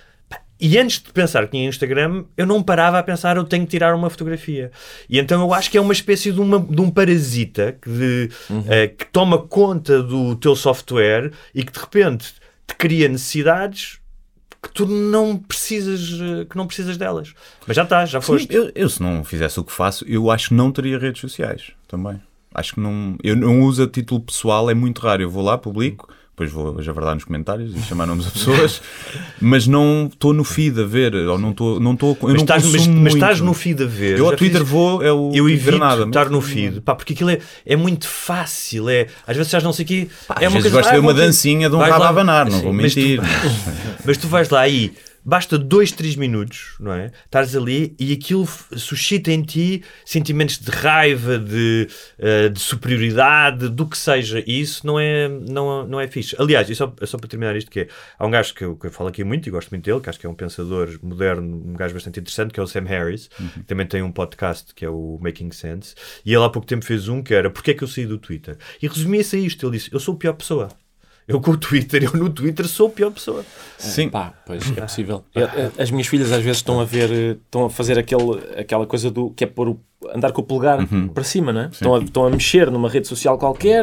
E antes de pensar que tinha Instagram, eu não parava a pensar, eu tenho que tirar uma fotografia. E então eu acho que é uma espécie de, uma, de um parasita que, de, uhum. uh, que toma conta do teu software e que de repente te cria necessidades que tu não precisas, que não precisas delas. Mas já estás, já foste.
Sim, eu, eu se não fizesse o que faço, eu acho que não teria redes sociais também. Acho que não... Eu não uso a título pessoal, é muito raro. Eu vou lá, publico, depois vou javardar nos comentários e chamar nomes a pessoas, mas não estou no feed a ver, ou não estou, não estou, eu
mas
não
estás,
consumo
mas,
muito.
Mas estás no feed a ver.
Eu ao Twitter fiz, vou, é o
eu evito
nada,
estar no feed, pá, porque aquilo é, é muito fácil, é, às vezes estás não sei o quê,
pá,
é
às
uma
vezes
coisa,
gosto de ver
ah,
uma dancinha de um rabo a abanar, não vou mentir.
Mas tu, mas tu vais lá aí, basta dois, três minutos, não é? Estás ali e aquilo suscita em ti sentimentos de raiva, de, uh, de superioridade, do que seja. E isso não é, não, não é fixe. Aliás, e só, só para terminar isto, que é, há um gajo que eu, que eu falo aqui muito e gosto muito dele, que acho que é um pensador moderno, um gajo bastante interessante, que é o Sam Harris, uhum. que também tem um podcast que é o Making Sense, e ele há pouco tempo fez um que era Porquê é que eu saí do Twitter? E resumia-se a isto. Ele disse, eu sou a pior pessoa. Eu com o Twitter, eu no Twitter sou a pior pessoa.
Sim. Pá, pois é possível. As minhas filhas às vezes estão a ver, estão a fazer aquele, aquela coisa do que é pôr o, andar com o polegar uhum. para cima, não é? Estão a, estão a mexer numa rede social qualquer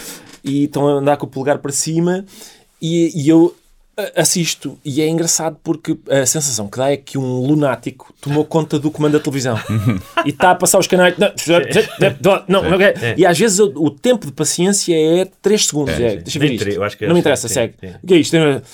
e estão a andar com o polegar para cima e, e eu assisto e é engraçado porque a sensação que dá é que um lunático tomou conta do comando da televisão e está a passar os canais não, não, não, não, é. E às vezes o, o tempo de paciência é três segundos é, é, deixa ver isto,
acho que
não me interessa, sim, segue sim. O que é isto?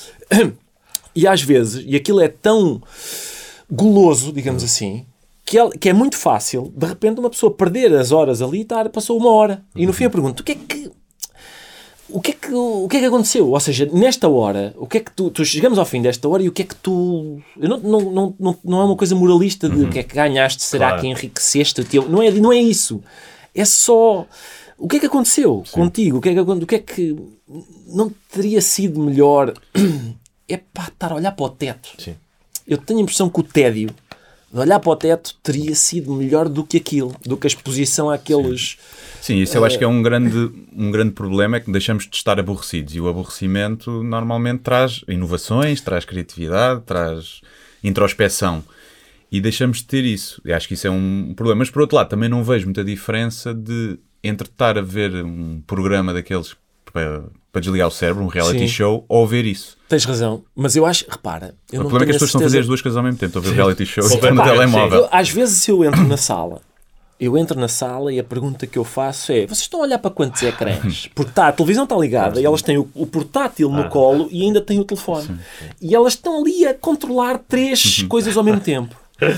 E às vezes, e aquilo é tão goloso, digamos uhum. assim, que é, que é muito fácil de repente uma pessoa perder as horas ali e estar, passou uma hora uhum. e no fim eu pergunto, o que é que O que, é que, o que é que aconteceu? Ou seja, nesta hora, o que é que tu, tu chegamos ao fim desta hora e o que é que tu... Eu não, não, não, não, não é uma coisa moralista de uhum. o que é que ganhaste, será claro. que enriqueceste? Teu, não, é, não é isso. É só... O que é que aconteceu Sim. contigo? O que, é que, o que é que... Não teria sido melhor... É pá, estar a olhar para o teto.
Sim.
Eu tenho a impressão que o tédio de olhar para o teto teria sido melhor do que aquilo, do que a exposição àqueles...
Sim. Sim, isso eu acho que é um grande, um grande problema, é que deixamos de estar aborrecidos e o aborrecimento normalmente traz inovações, traz criatividade, traz introspeção e deixamos de ter isso. E acho que isso é um problema. Mas por outro lado, também não vejo muita diferença de entre estar a ver um programa daqueles para, para desligar o cérebro, um reality Sim. show, ou ver isso.
Tens razão, mas eu acho, repara... Eu
o
não
problema é que as pessoas estão a fazer as duas coisas ao mesmo tempo, estão a ver o reality show e estão no telemóvel.
Eu, às vezes se eu entro na sala... Eu entro na sala e a pergunta que eu faço é vocês estão a olhar para quantos ecrãs? Porque tá, a televisão está ligada e elas têm o, o portátil no colo e ainda têm o telefone. Sim. E elas estão ali a controlar três coisas ao mesmo tempo.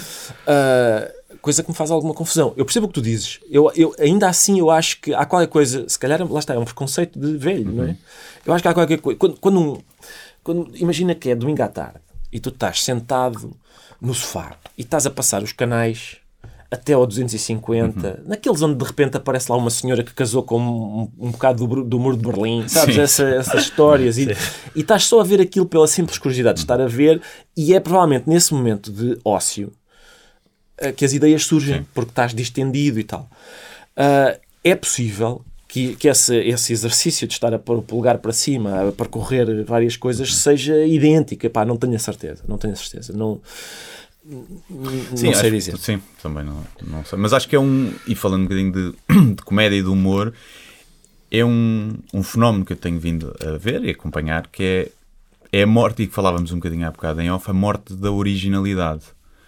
Uh, coisa que me faz alguma confusão. Eu percebo o que tu dizes. Eu, eu, ainda assim eu acho que há qualquer coisa... Se calhar, lá está, é um preconceito de velho, não é? Eu acho que há qualquer coisa... Quando, quando, um, quando imagina que é domingo à tarde e tu estás sentado no sofá e estás a passar os canais... até ao duzentos e cinquenta, uhum. naqueles onde de repente aparece lá uma senhora que casou com um, um bocado do, do muro de Berlim, sabes? Essa, essas histórias. E, e estás só a ver aquilo pela simples curiosidade de estar a ver, e é provavelmente nesse momento de ócio uh, que as ideias surgem, Sim. porque estás distendido e tal. Uh, é possível que, que esse, esse exercício de estar a pôr o polegar para cima, a percorrer várias coisas, seja idêntico. Epá, não tenho a certeza. Não tenho a certeza. Não... Sim, não sei dizer.
Sim, também não, não sei. Mas acho que é um, e falando um bocadinho de, de comédia e de humor, é um, um fenómeno que eu tenho vindo a ver e acompanhar, que é, é a morte, e que falávamos um bocadinho há bocado em off, a morte da originalidade.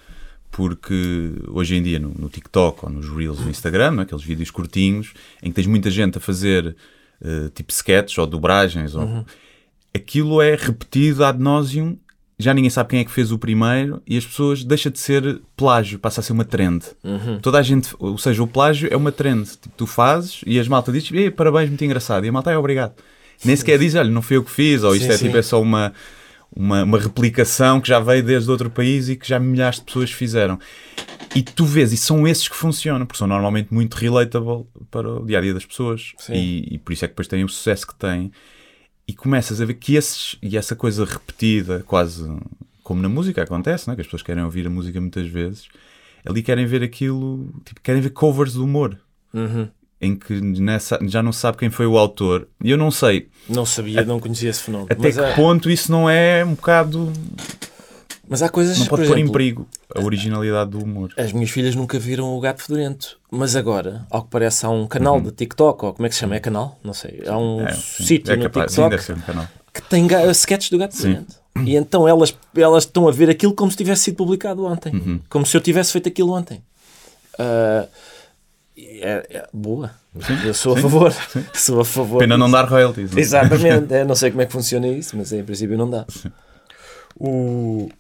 Porque hoje em dia no, no TikTok ou nos Reels do Instagram, aqueles vídeos curtinhos, em que tens muita gente a fazer uh, tipo sketches ou dobragens, ou... Uhum. aquilo é repetido ad nauseum, já ninguém sabe quem é que fez o primeiro e as pessoas deixa de ser plágio, passa a ser uma trend. Uhum. Toda a gente, ou seja, o plágio é uma trend. Tipo, tu fazes e as malta diz, parabéns, muito engraçado. E a malta é obrigado. Nem sequer diz, olha, não foi eu que fiz, ou isto sim, é, tipo, é só uma, uma, uma replicação que já veio desde outro país e que já milhares de pessoas fizeram. E tu vês, e são esses que funcionam, porque são normalmente muito relatable para o dia-a-dia das pessoas. E, e por isso é que depois têm o sucesso que têm. E começas a ver que esses, e essa coisa repetida, quase como na música acontece, não é? Que as pessoas querem ouvir a música muitas vezes, ali querem ver aquilo, tipo, querem ver covers de humor, uhum. em que nessa, já não se sabe quem foi o autor. E eu não sei.
Não sabia, a, não conhecia esse fenómeno.
Até mas que é... ponto isso não é um bocado...
Mas há coisas,
não pode
por
pôr
exemplo,
em perigo a originalidade do humor.
As minhas filhas nunca viram o Gato Fedorento, mas agora, ao que parece, há um canal uhum. de TikTok, ou como é que se chama? É canal? Não sei. Há um é, sítio é no capaz, TikTok sim, um canal. Que tem sketches do Gato Fedorento. E então elas, elas estão a ver aquilo como se tivesse sido publicado ontem. Uhum. Como se eu tivesse feito aquilo ontem. Uh, é, é boa. Sim, eu sou sim, a favor. Sim. Sou a favor.
Pena disso. Não dar royalties. Não?
Exatamente. É, não sei como é que funciona isso, mas em princípio não dá.
O...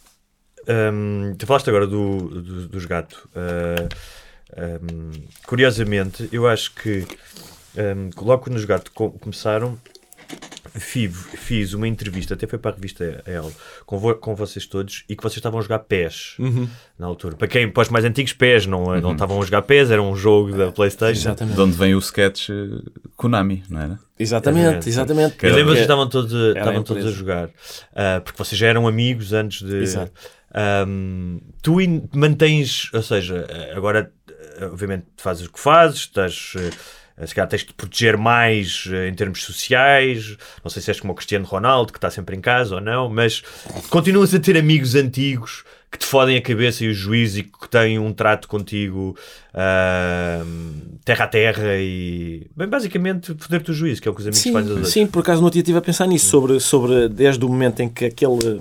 Um, tu falaste agora do, do, dos gatos. Uh, um, curiosamente, eu acho que um, logo quando os gatos co- começaram, fiz, fiz uma entrevista, até foi para a revista El, com, vo- com vocês todos, e que vocês estavam a jogar P E S uhum. na altura. Para quem, para os mais antigos, P E S não, uhum. não estavam a jogar P E S, era um jogo da PlayStation.
Exatamente. De onde vem o sketch Konami, não era?
Exatamente, exatamente.
Eu lembro que vocês estavam todos a, estavam todos a jogar, uh, porque vocês já eram amigos antes de...
Exato.
Um, tu in- mantens, ou seja, agora obviamente fazes o que fazes, estás, uh, se calhar tens de te proteger mais uh, em termos sociais, não sei se és como o Cristiano Ronaldo que está sempre em casa ou não, mas continuas a ter amigos antigos que te fodem a cabeça e o juízo e que têm um trato contigo uh, terra a terra e bem, basicamente foder-te o juízo, que é o que os amigos
sim,
fazem.
Sim, por acaso no outro dia estive a pensar nisso, sobre, sobre desde o momento em que aquele...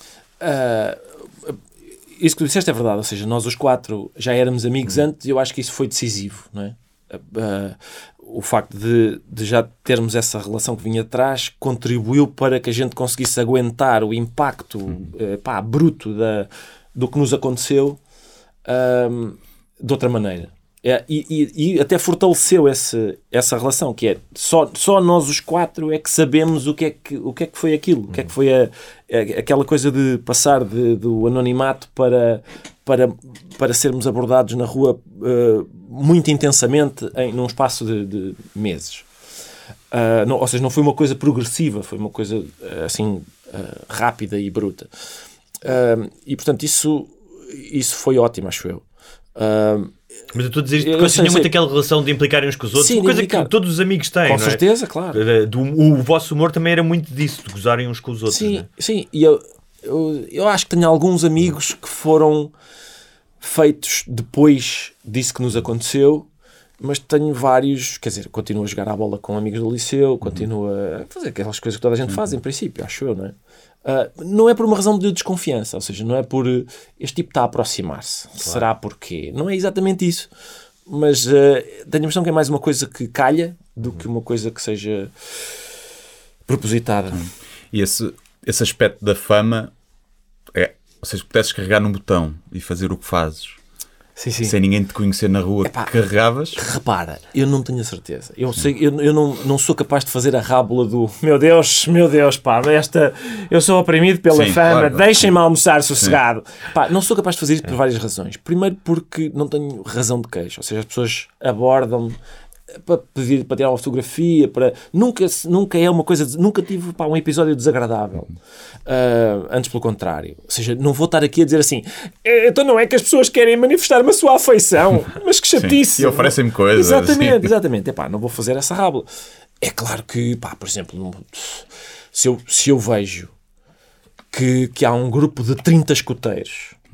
Uh, isso que tu disseste é verdade, ou seja, nós os quatro já éramos amigos antes e eu acho que isso foi decisivo, não é? Uh, o facto de, de já termos essa relação que vinha atrás contribuiu para que a gente conseguisse aguentar o impacto uh, pá, bruto da, do que nos aconteceu uh, de outra maneira. É, e, e, e até fortaleceu esse, essa relação, que é só, só nós os quatro é que sabemos o que é que, o que, é que foi aquilo, o que é que foi a, a, aquela coisa de passar de, do anonimato para, para, para sermos abordados na rua uh, muito intensamente em, num espaço de, de meses. Uh, não, ou seja, não foi uma coisa progressiva, foi uma coisa uh, assim uh, rápida e bruta. Uh, e portanto isso, isso foi ótimo, acho eu. Uh,
Mas eu estou a dizer isto porque eu tinha muito aquela relação de implicarem uns com os outros, sim, uma coisa implicar. Que todos os amigos têm.
Com
não
certeza,
é?
Claro.
Do, o, o vosso humor também era muito disso, de gozarem uns com os outros.
Sim,
não é?
Sim. E eu, eu, eu acho que tenho alguns amigos que foram feitos depois disso que nos aconteceu, mas tenho vários, quer dizer, continuo a jogar à bola com amigos do liceu, continuo a fazer aquelas coisas que toda a gente faz, em princípio, acho eu, não é? Uh, não é por uma razão de desconfiança, ou seja, não é por uh, este tipo está a aproximar-se, claro. Será porquê? Não é exatamente isso, mas uh, tenho a impressão que é mais uma coisa que calha do que uma coisa que seja propositada.
E esse, esse aspecto da fama é, ou seja, pudesses carregar num botão e fazer o que fazes. Sim, sim. Sem ninguém te conhecer na rua, epá, carregavas?
Repara, eu não tenho a certeza. Eu, sei, eu, eu não, não sou capaz de fazer a rábula do meu Deus, meu Deus, pá, esta, eu sou oprimido pela sim, fama, claro, deixem-me almoçar sossegado. Pá, não sou capaz de fazer isso por várias razões. Primeiro porque não tenho razão de queixa, ou seja, as pessoas abordam-me para pedir para tirar uma fotografia, para nunca, nunca é uma coisa, de... nunca tive pá, um episódio desagradável. Uh, antes pelo contrário. Ou seja, não vou estar aqui a dizer assim, então não é que as pessoas querem manifestar-me a sua afeição, mas que chatice.
Sim, e oferecem-me coisas.
Exatamente, exatamente. Epá, não vou fazer essa rábula. É claro que, pá, por exemplo, se eu, se eu vejo que, que há um grupo de trinta escuteiros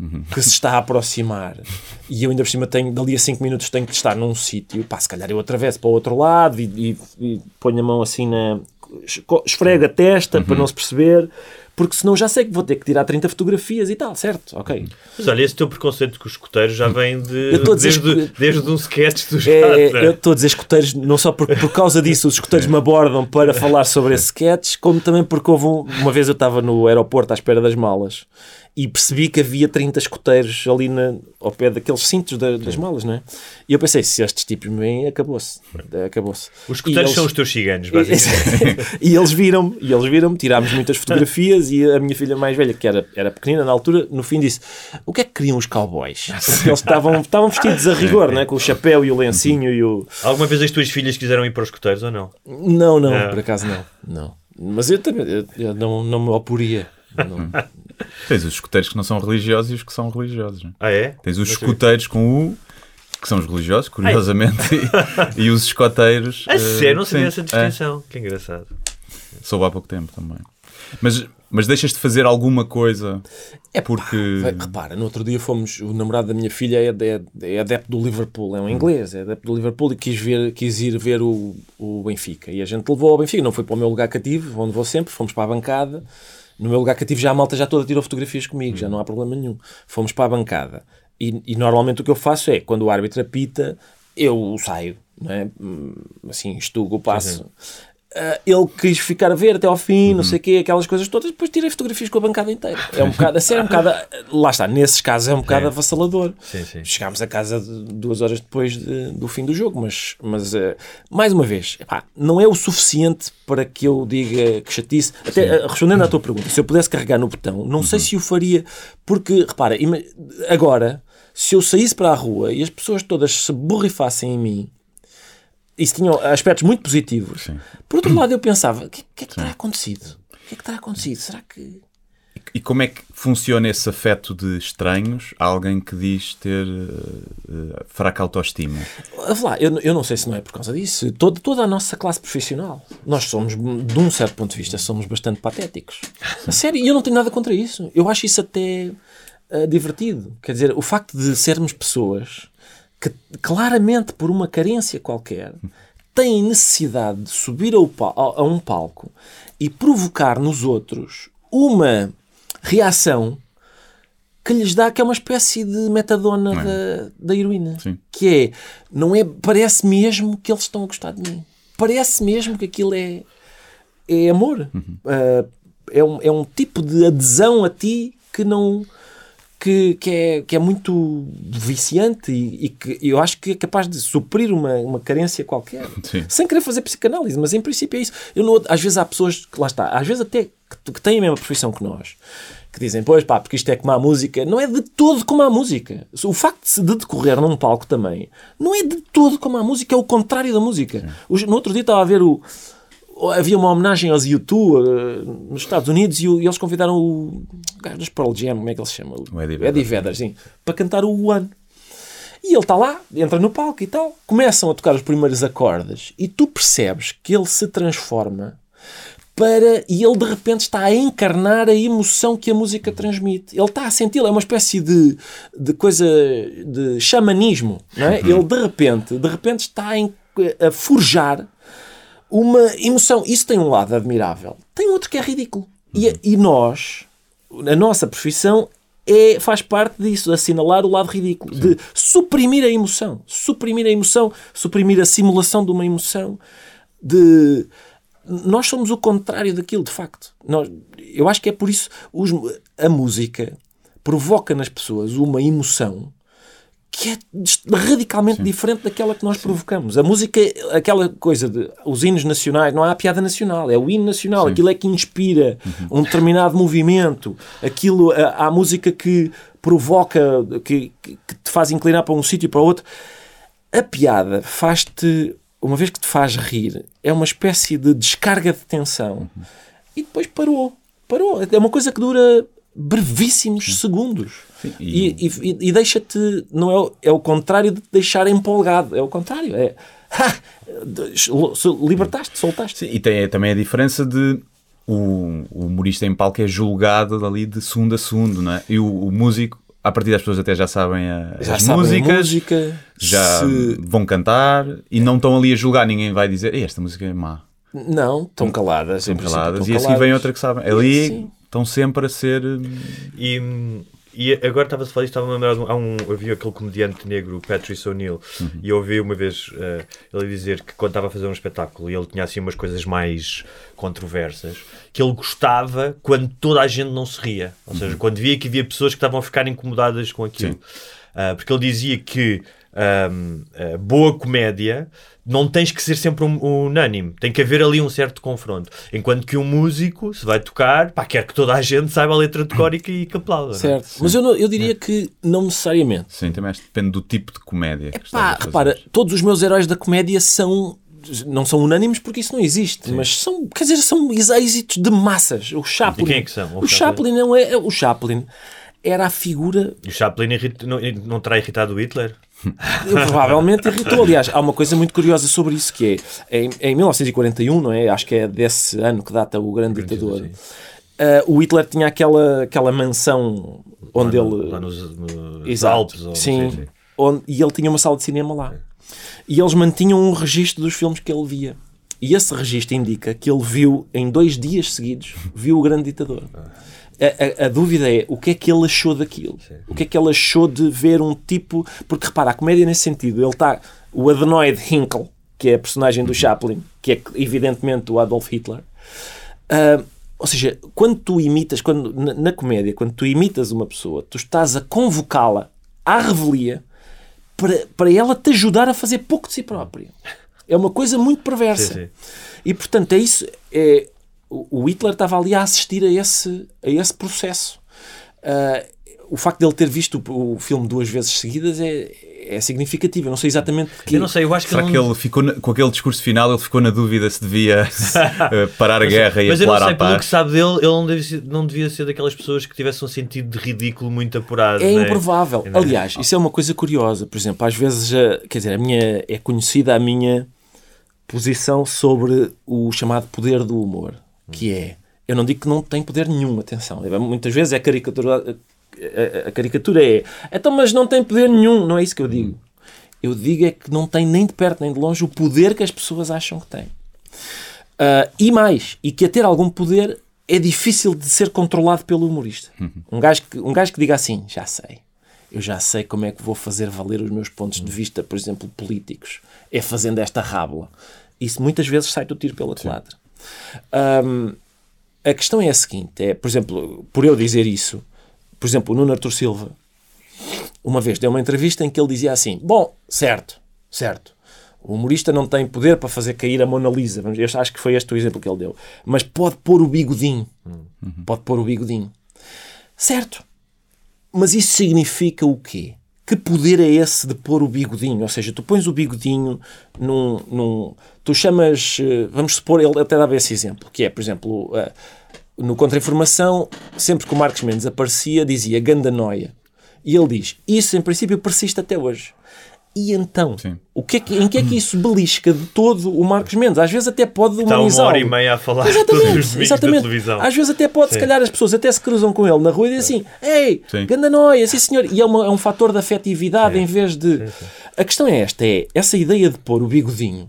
uhum.
que se está a aproximar e eu ainda por cima tenho, dali a cinco minutos tenho que estar num sítio, pá, se calhar eu atravesso para o outro lado e, e, e ponho a mão assim na... esfrega a testa uhum. para não se perceber, porque senão já sei que vou ter que tirar trinta fotografias e tal, certo? Ok.
Mas olha, esse teu preconceito com os escuteiros já vem de, desde,
escu...
desde um sketch do
é, Eu estou a dizer escuteiros, não só porque por causa disso os escuteiros me abordam para falar sobre esse sketch, como também porque houve um... uma vez eu estava no aeroporto à espera das malas e percebi que havia trinta escuteiros ali na, ao pé daqueles cintos da, das malas, não é? E eu pensei, se estes tipos me vêm, acabou-se. Acabou-se.
Os escuteiros eles... são os teus ciganos, basicamente.
E eles viram-me, e eles viram-me, tirámos muitas fotografias e a minha filha mais velha, que era, era pequenina na altura, no fim disse, o que é que queriam os cowboys? Porque eles estavam, estavam vestidos a rigor, não é? Com o chapéu e o lencinho e o...
Alguma vez as tuas filhas quiseram ir para os escuteiros ou não?
Não, não, não. Por acaso não. não. Mas eu também eu, eu não, não me oporia. Não.
Tens os escuteiros que não são religiosos e os que são religiosos. Não é?
Ah, é?
Tens os escuteiros com U, que são os religiosos, curiosamente, e, e os escoteiros...
A sério, não sabia
sim,
essa distinção. É. Que engraçado.
Soube há pouco tempo também. Mas, mas deixas de fazer alguma coisa
é
porque...
Pá, repara, no outro dia fomos... O namorado da minha filha é, é, é adepto do Liverpool, é um inglês, é adepto do Liverpool e quis, ver, quis ir ver o, o Benfica. E a gente levou ao Benfica, não foi para o meu lugar cativo, onde vou sempre, fomos para a bancada. No meu lugar cativo já a malta já toda tirou fotografias comigo, já não há problema nenhum. Fomos para a bancada. E, e normalmente o que eu faço é, quando o árbitro apita, eu saio, não é? Assim, estugo o passo. Uh, ele quis ficar a ver até ao fim, uhum. não sei o quê, aquelas coisas todas, depois tirei fotografias com a bancada inteira. É um bocado, a sério, é um bocado, lá está, nesses casos é um bocado sim. avassalador.
Sim, sim.
Chegámos a casa de, duas horas depois de, do fim do jogo, mas, mas uh, mais uma vez, epá, não é o suficiente para que eu diga que chatice. Até uh, respondendo à tua pergunta, se eu pudesse carregar no botão, não uhum. sei se o faria, porque, repara, agora, se eu saísse para a rua e as pessoas todas se borrifassem em mim, isso tinha aspectos muito positivos. Sim. Por outro lado, eu pensava, o que, que é que terá acontecido? O que é que terá acontecido? Será que...
E como é que funciona esse afeto de estranhos a alguém que diz ter uh, uh, fraca autoestima?
Lá, eu, eu não sei se não é por causa disso. Todo, toda a nossa classe profissional, nós somos, de um certo ponto de vista, somos bastante patéticos. A sério, e eu não tenho nada contra isso. Eu acho isso até uh, divertido. Quer dizer, o facto de sermos pessoas... que claramente por uma carência qualquer têm necessidade de subir ao pal- a um palco e provocar nos outros uma reação que lhes dá, que é uma espécie de metadona da, da heroína.
Sim.
Que é, não é, parece mesmo que eles estão a gostar de mim. Parece mesmo que aquilo é, é amor. Uhum. Uh, é, um, é um tipo de adesão a ti que não... Que, que, é, que é muito viciante e, e que eu acho que é capaz de suprir uma, uma carência qualquer.
Sim.
Sem querer fazer psicanálise, mas em princípio é isso. Eu não, às vezes há pessoas que, lá está, às vezes até que, que têm a mesma profissão que nós, que dizem, pois pá, porque isto é como a música. Não é de todo como a música. O facto de se decorrer num palco também não é de todo como a música, é o contrário da música. Sim. No outro dia estava a ver o... Havia uma homenagem aos U dois uh, nos Estados Unidos e, o, e eles convidaram o, o gajo dos Pearl Jam, como é que ele se chama?
O Eddie
Vedder, Eddie Vedder, sim, para cantar o One. E ele está lá, entra no palco e tal, começam a tocar os primeiros acordes e tu percebes que ele se transforma para... E ele de repente está a encarnar a emoção que a música transmite. Ele está a senti-la, é uma espécie de, de coisa de xamanismo, não é? Ele de repente, de repente está a, a forjar uma emoção. Isso tem um lado admirável. Tem outro que é ridículo. E, e nós, a nossa profissão, é, faz parte disso, de assinalar o lado ridículo. Sim. De suprimir a emoção. Suprimir a emoção. Suprimir a simulação de uma emoção. De... Nós somos o contrário daquilo, de facto. Nós, eu acho que é por isso os, a música provoca nas pessoas uma emoção que é radicalmente Sim. diferente daquela que nós Sim. provocamos. A música, aquela coisa de os hinos nacionais, não há a piada nacional, é o hino nacional, Sim. aquilo é que inspira uhum. um determinado movimento, aquilo, há a música que provoca, que, que te faz inclinar para um sítio e para outro. A piada faz-te, uma vez que te faz rir, é uma espécie de descarga de tensão uhum. e depois parou. Parou. É uma coisa que dura brevíssimos Sim. segundos. Sim, e... E, e, e deixa-te, não é, é o contrário de te deixar empolgado, é o contrário, é ha, libertaste, soltaste.
Sim, e tem também a diferença de o, o humorista em palco é julgado ali de segundo a segundo, não é? E o, o músico a partir das pessoas até já sabem a,
Já
as
sabem a
músicas,
música,
já
se-
vão cantar e não estão ali a julgar, ninguém vai dizer "Ei, esta música é má".
Não, estão caladas.
Sempre
em princípio,
caladas.
estão
E assim
caladas.
vem outra que sabem. Ali
Sim.
estão sempre a ser. hum,
E, e agora estava-se a falar disto, estava a lembrar de um, há um, havia aquele comediante negro, Patrice O'Neill, e eu ouvi uma vez uh, ele dizer que quando estava a fazer um espetáculo e ele tinha assim umas coisas mais controversas, que ele gostava quando toda a gente não se ria. Ou seja, quando via que havia pessoas que estavam a ficar incomodadas com aquilo. Uh, porque ele dizia que um, uh, boa comédia não tens que ser sempre um, um unânime, tem que haver ali um certo confronto, enquanto que um músico, se vai tocar, pá, quer que toda a gente saiba a letra de cor e que, que aplauda.
Certo,
não é?
mas eu, não- eu diria que não necessariamente.
Sim, também acho que depende do tipo de comédia que estás
Pá,
a fazer.
repara, todos os meus heróis da comédia são... Não são unânimes porque isso não existe, mas são, quer dizer, são êxitos de massas. O Chaplin...
E quem é que são?
O Chaplin não é... O Chaplin era a figura...
E o Chaplin irrit- não, não terá irritado o Hitler?
Provavelmente irritou. Aliás, há uma coisa muito curiosa sobre isso, que é em, em mil novecentos e quarenta e um, não é? Acho que é desse ano que data o Grande Ditador. Uh, o Hitler tinha aquela, aquela mansão onde
lá
ele...
No, lá nos, nos
Exato.
Alpes. Ou não
Sim.
sei, sim.
Onde, e ele tinha uma sala de cinema lá. E eles mantinham um registro dos filmes que ele via. E esse registro indica que ele viu, em dois dias seguidos, viu o Grande Ditador. A, a, a dúvida é, o que é que ele achou daquilo?
Sim.
O que é que ele achou de ver um tipo... Porque, repara, a comédia nesse sentido, ele está... O Adenoid Hinkle, que é a personagem do Chaplin, que é, evidentemente, o Adolf Hitler. Uh, ou seja, quando tu imitas... Quando, na, na comédia, quando tu imitas uma pessoa, tu estás a convocá-la à revelia para, para ela te ajudar a fazer pouco de si própria. É uma coisa muito perversa.
Sim, sim.
E, portanto, é isso... É, o Hitler estava ali a assistir a esse, a esse processo. Uh, o facto de ele ter visto o, o filme duas vezes seguidas é, é significativo. Eu não sei exatamente de que...
Eu não sei, eu acho que
Será
ele
que
não...
ele ficou na- com aquele discurso final, ele ficou na dúvida se devia eh, parar a guerra e
Mas eu não
apelar
sei,
à
pelo que
paz?
sabe dele, ele não, deve ser- não devia ser daquelas pessoas que tivessem um sentido de ridículo muito apurado.
É
não
improvável.
Não é?
Aliás, isso é uma coisa curiosa. Por exemplo, às vezes, a- quer dizer, a minha, é conhecida a minha posição sobre o chamado poder do humor, que é... Eu não digo que não tem poder nenhum, atenção. Muitas vezes é caricatura, a, a, a caricatura é então, mas não tem poder nenhum. Não é isso que eu digo. Eu digo é que não tem nem de perto nem de longe o poder que as pessoas acham que tem. Uh, e mais, e que a ter algum poder é difícil de ser controlado pelo humorista. Um gajo que, um gajo que diga assim, já sei. Eu já sei como é que vou fazer valer os meus pontos de vista, por exemplo, políticos. É fazendo esta rábula. Isso muitas vezes sai-te o tiro pela culatra. Um, A questão é a seguinte, é, por exemplo, por eu dizer isso, por exemplo, o Nuno Artur Silva, uma vez deu uma entrevista em que ele dizia assim, bom, certo, certo, o humorista não tem poder para fazer cair a Mona Lisa, vamos, eu acho que foi este o exemplo que ele deu, mas pode pôr o bigodinho, uhum. pode pôr o bigodinho, certo, mas isso significa o quê? Que poder é esse de pôr o bigodinho? Ou seja, tu pões o bigodinho num... num tu chamas... Vamos supor, ele até dava esse exemplo, que é, por exemplo, no Contra-Informação, sempre que o Marcos Mendes aparecia, dizia ganda noia. E ele diz, isso em princípio persiste até hoje. E então, o que é que, em que é que isso belisca de todo o Marcos Mendes? Às vezes até pode humanizá-lo.
Está uma hora e meia a falar
exatamente,
todos os domingos
exatamente.
da televisão.
Às vezes até pode,
Sim.
se calhar as pessoas até se cruzam com ele na rua e dizem assim, ei, ganda noia, sim senhor. E é, uma, é um fator de afetividade
Sim.
em vez de...
Sim, sim.
A questão é esta, é essa ideia de pôr o bigodinho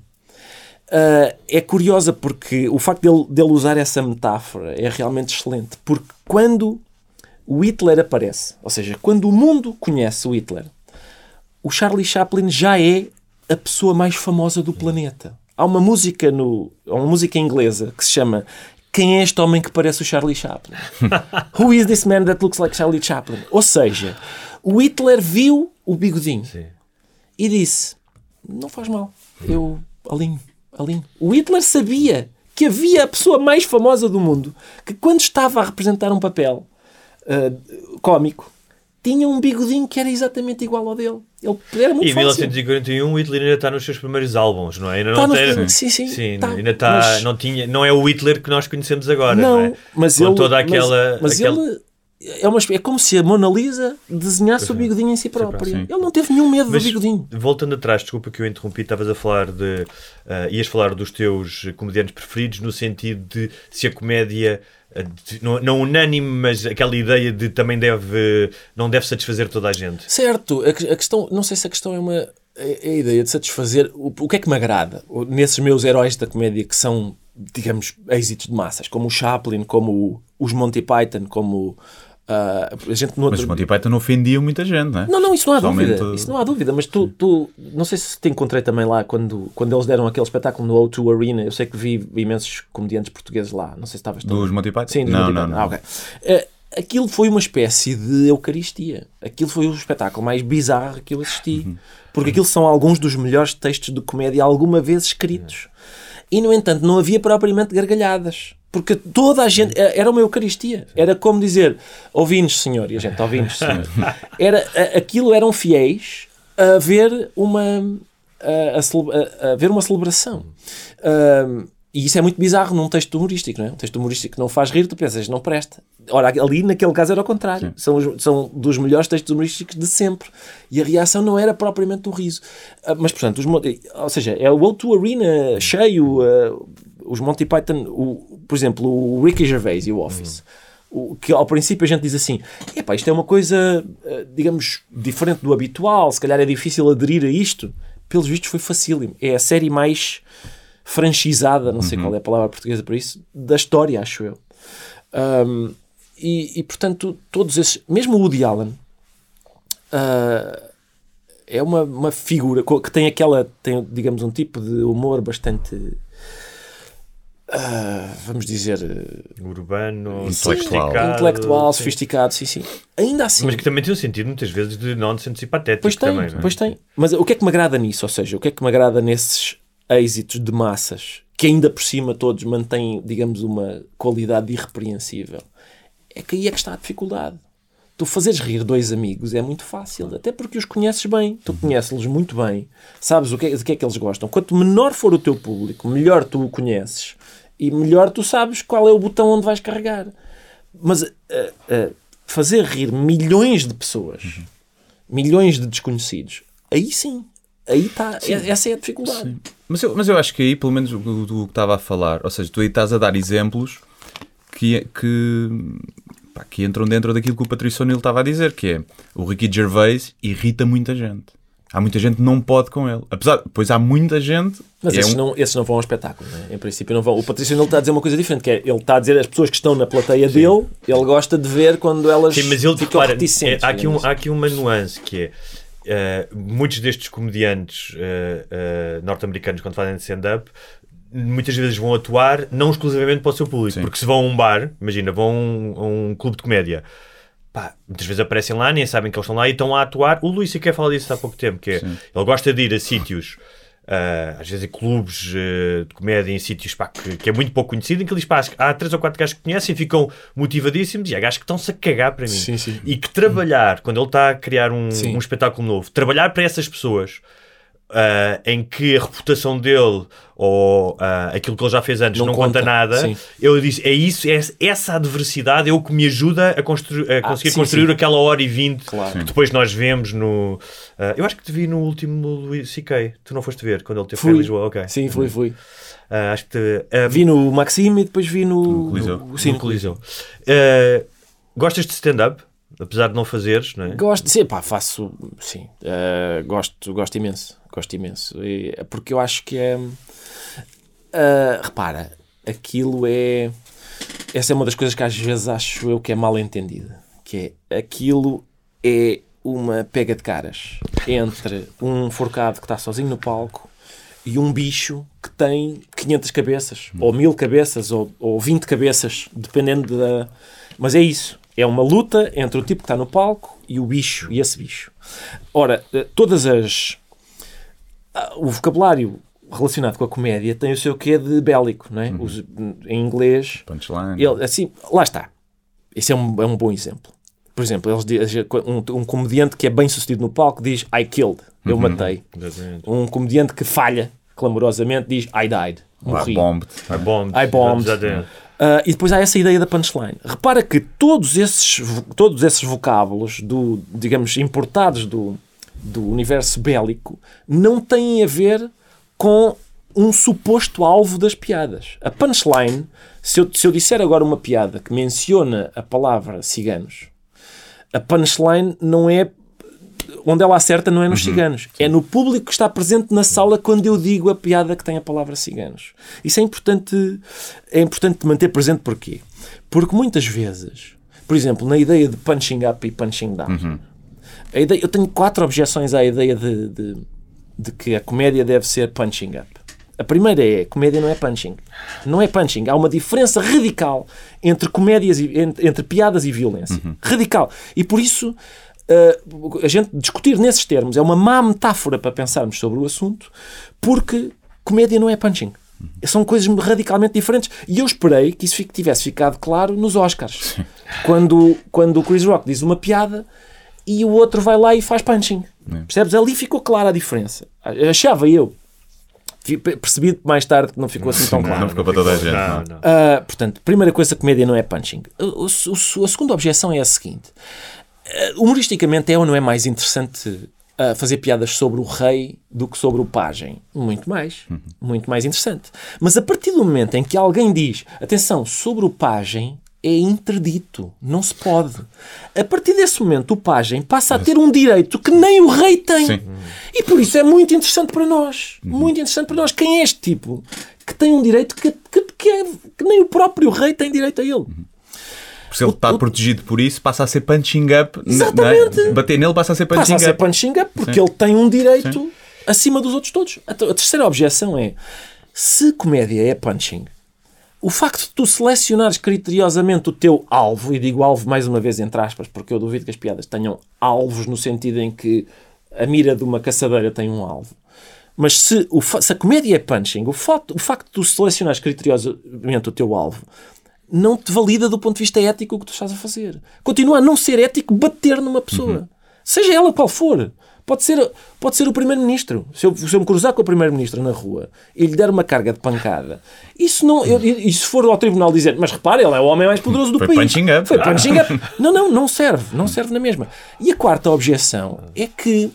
uh, é curiosa porque o facto dele, dele usar essa metáfora é realmente excelente. Porque quando o Hitler aparece, ou seja, quando o mundo conhece o Hitler, o Charlie Chaplin já é a pessoa mais famosa do planeta. Há uma música, no, há uma música inglesa que se chama Quem é este homem que parece o Charlie Chaplin? Who is this man that looks like Charlie Chaplin? Ou seja, o Hitler viu o bigodinho
Sim.
e disse, não faz mal, eu alinho, alinho. O Hitler sabia que havia a pessoa mais famosa do mundo que quando estava a representar um papel uh, cómico tinha um bigodinho que era exatamente igual ao dele. Ele era muito
e em mil novecentos e quarenta e um o Hitler ainda está nos seus primeiros álbuns, não é? Ainda
Está
não
nos-
tem...
sim, sim,
sim
está.
ainda está...
Mas-
Não, tinha... não é o Hitler que nós conhecemos agora, não,
Não,
é?
mas
Com
ele,
toda aquela...
mas, mas
aquela...
ele, é, uma, é como se a Mona Lisa desenhasse o bigodinho em si próprio. Ele não teve nenhum medo
Mas,
do bigodinho.
Voltando atrás, desculpa que eu interrompi, estavas a falar de... Uh, ias falar dos teus comediantes preferidos no sentido de se a comédia... Não, não unânime, mas aquela ideia de também deve, não deve satisfazer toda a gente.
Certo, a, a questão, não sei se a questão é uma é, é a ideia de satisfazer o, o que é que me agrada nesses meus heróis da comédia que são, digamos, êxitos de massas, como o Chaplin, como o, os Monty Python, como uh, a gente no outro...
Mas os Monty Python ofendiam muita gente, não é?
Não, não, isso não há
Somente...
dúvida, isso não há dúvida, mas tu, tu, não sei se te encontrei também lá quando, quando eles deram aquele espetáculo no O dois Arena, eu sei que vi imensos comediantes portugueses lá, não sei se estavas...
Dos Monty Python?
Sim, dos
não,
Monty
não,
Python.
não.
Ah, okay. uh, aquilo foi uma espécie de eucaristia, aquilo foi o espetáculo mais bizarro que eu assisti, uhum. porque aquilo são alguns dos melhores textos de comédia alguma vez escritos, e no entanto não havia propriamente gargalhadas. Porque toda a gente... Era uma eucaristia. Era como dizer, ouvi-nos, senhor. E a gente, ouvi-nos, senhor. Era, aquilo eram fiéis a ver uma, a, a, a ver uma celebração. Um, e isso é muito bizarro num texto humorístico, não é? Um texto humorístico que não faz rir, tu pensas, não presta. Ora, ali, naquele caso, era ao contrário. São, os, são dos melhores textos humorísticos de sempre. E a reação não era propriamente o riso. Uh, mas, portanto, os, ou seja, é o O dois Arena cheio... Uh, os Monty Python, o, por exemplo, o Ricky Gervais e o Office, uhum. o, que ao princípio a gente diz assim, epá, isto é uma coisa, digamos, diferente do habitual, se calhar é difícil aderir a isto. Pelos vistos foi facílimo. É a série mais franchisada, não sei uhum. qual é a palavra portuguesa para isso, da história, acho eu. Um, e, e, portanto, todos esses... Mesmo o Woody Allen uh, é uma, uma figura que tem aquela, tem, digamos, um tipo de humor bastante... Uh, vamos dizer uh,
urbano,
intelectual,
sofisticado,
intelectual
sim.
sofisticado, sim, sim. Ainda assim,
mas que também tem um sentido muitas vezes de nonsense e patético.
Pois tem,
também, não é?
pois tem. Mas o que é que me agrada nisso? Ou seja, o que é que me agrada nesses êxitos de massas que ainda por cima todos mantêm, digamos, uma qualidade irrepreensível? É que aí é que está a dificuldade. Tu fazeres rir dois amigos é muito fácil, até porque os conheces bem, tu conheces-los muito bem, sabes o que é, de que é que eles gostam. Quanto menor for o teu público, melhor tu o conheces e melhor tu sabes qual é o botão onde vais carregar. Mas uh, uh, fazer rir milhões de pessoas, uhum. milhões de desconhecidos, aí sim, aí está, essa é a dificuldade.
Sim. Mas, eu, mas eu acho que aí, pelo menos o que tu estava a falar, ou seja, tu aí estás a dar exemplos que... que... Pá, que entram dentro daquilo que o Patrício O'Neill estava a dizer, que é o Ricky Gervais irrita muita gente. Há muita gente que não pode com ele. Apesar, depois há muita gente...
Mas
é
esses,
um...
não, esses não vão ao espetáculo, não é? Em princípio não vão. O Patrício O'Neill está a dizer uma coisa diferente, que é, ele está a dizer as pessoas que estão na plateia Sim. dele, ele gosta de ver quando elas
Sim, mas ele,
ficam
repara,
reticentes.
É, há, aqui um, há aqui uma nuance que é, uh, muitos destes comediantes uh, uh, norte-americanos, quando fazem stand-up, muitas vezes vão atuar não exclusivamente para o seu público, Sim. porque se vão a um bar, imagina, vão a um, a um clube de comédia, pá, muitas vezes aparecem lá, nem sabem que eles estão lá e estão a atuar. O Luís sequer fala disso há pouco tempo, que é, ele gosta de ir a sítios, uh, às vezes em clubes uh, de comédia, em sítios pá, que, que é muito pouco conhecido, em que ele diz, pá, há três ou quatro gajos que conhecem e ficam motivadíssimos, e há gajos que estão-se a cagar para mim.
Sim, sim.
E que trabalhar, quando ele está a criar um, um espetáculo novo, trabalhar para essas pessoas... Uh, em que a reputação dele ou uh, aquilo que ele já fez antes não, não conta, conta nada, sim. eu disse, é isso, é essa adversidade é o que me ajuda a, constru- a conseguir ah, sim, construir sim. aquela hora e vinte claro. que depois nós vemos no... Uh, eu acho que te vi no último Louis C K. Tu não foste ver quando ele teve em Lisboa? Okay.
Sim, fui, fui.
Uh, acho que te, uh,
vi no Maxime e depois vi no...
No Coliseu.
No, sim,
no Coliseu. Uh, gostas de stand-up? Apesar de não fazeres, não é?
Gosto, sim, pá, faço, sim, uh, gosto, gosto imenso, gosto imenso, e, porque eu acho que é, uh, repara, aquilo é, essa é uma das coisas que às vezes acho eu que é mal entendida, que é, aquilo é uma pega de caras entre um forcado que está sozinho no palco e um bicho que tem quinhentas cabeças, hum. ou mil cabeças, ou, ou vinte cabeças, dependendo da... Mas é isso. É uma luta entre o tipo que está no palco e o bicho, e esse bicho. Ora, todas as... O vocabulário relacionado com a comédia tem o seu quê de bélico, não é? Uhum. Os, em inglês...
Punchline.
Ele, assim, lá está. Esse é um, é um bom exemplo. Por exemplo, eles dizem, um, um comediante que é bem sucedido no palco diz I killed, eu uhum. matei. Exatamente. Um comediante que falha clamorosamente diz I died, morri.
I bombed.
I bombed.
I bombed. Uh, e depois há essa ideia da punchline. Repara que todos esses, todos esses vocábulos, do, digamos, importados do, do universo bélico, não têm a ver com um suposto alvo das piadas. A punchline, se eu, se eu disser agora uma piada que menciona a palavra ciganos, a punchline não é... Onde ela acerta não é nos uhum. ciganos. É no público que está presente na sala quando eu digo a piada que tem a palavra ciganos. Isso é importante, é importante manter presente. Porquê? Porque muitas vezes, por exemplo, na ideia de punching up e punching down, uhum. a ideia, eu tenho quatro objeções à ideia de, de, de que a comédia deve ser punching up. A primeira é, comédia não é punching. Não é punching. Há uma diferença radical entre comédias e, entre, entre piadas e violência. Uhum. Radical. E por isso... Uh, a gente discutir nesses termos é uma má metáfora para pensarmos sobre o assunto, porque comédia não é punching. São coisas radicalmente diferentes. E eu esperei que isso tivesse ficado claro nos Oscars. Quando, quando o Chris Rock diz uma piada e o outro vai lá e faz punching. É. Percebes? Ali ficou clara a diferença. Achava eu. Percebi mais tarde que não ficou assim tão claro.
Não ficou para toda a gente. Não, não.
Uh, portanto, primeira coisa, comédia não é punching. O, o, a segunda objeção é a seguinte. Uh, humoristicamente é ou não é mais interessante uh, fazer piadas sobre o rei do que sobre o pajem? Muito mais. Uhum. Muito mais interessante. Mas a partir do momento em que alguém diz, atenção, sobre o pajem é interdito, não se pode. A partir desse momento o pajem passa a ter um direito que nem o rei tem. Sim. E por isso é muito interessante para nós. Uhum. Muito interessante para nós. Quem é este tipo que tem um direito que, que, que, é, que nem o próprio rei tem direito a ele?
Uhum. Se ele está protegido por isso, passa a ser punching up.
Exatamente.
N- bater nele passa a ser punching up.
Passa a ser punching up porque Sim. ele tem um direito Sim. acima dos outros todos. A, a terceira objeção é, se comédia é punching, o facto de tu selecionares criteriosamente o teu alvo, e digo alvo mais uma vez entre aspas, porque eu duvido que as piadas tenham alvos no sentido em que a mira de uma caçadeira tem um alvo. Mas se, o, se a comédia é punching, o facto, o facto de tu selecionares criteriosamente o teu alvo não te valida do ponto de vista ético o que tu estás a fazer. Continua a não ser ético bater numa pessoa. Uhum. Seja ela qual for. Pode ser, pode ser o primeiro-ministro. Se eu, se eu me cruzar com o primeiro-ministro na rua e lhe der uma carga de pancada, isso não, eu, e se for ao tribunal dizer, mas repare, ele é o homem mais poderoso do
Foi
país.
Punching up.
Foi punching up. Não, não, não serve. Não serve na mesma. E a quarta objeção é que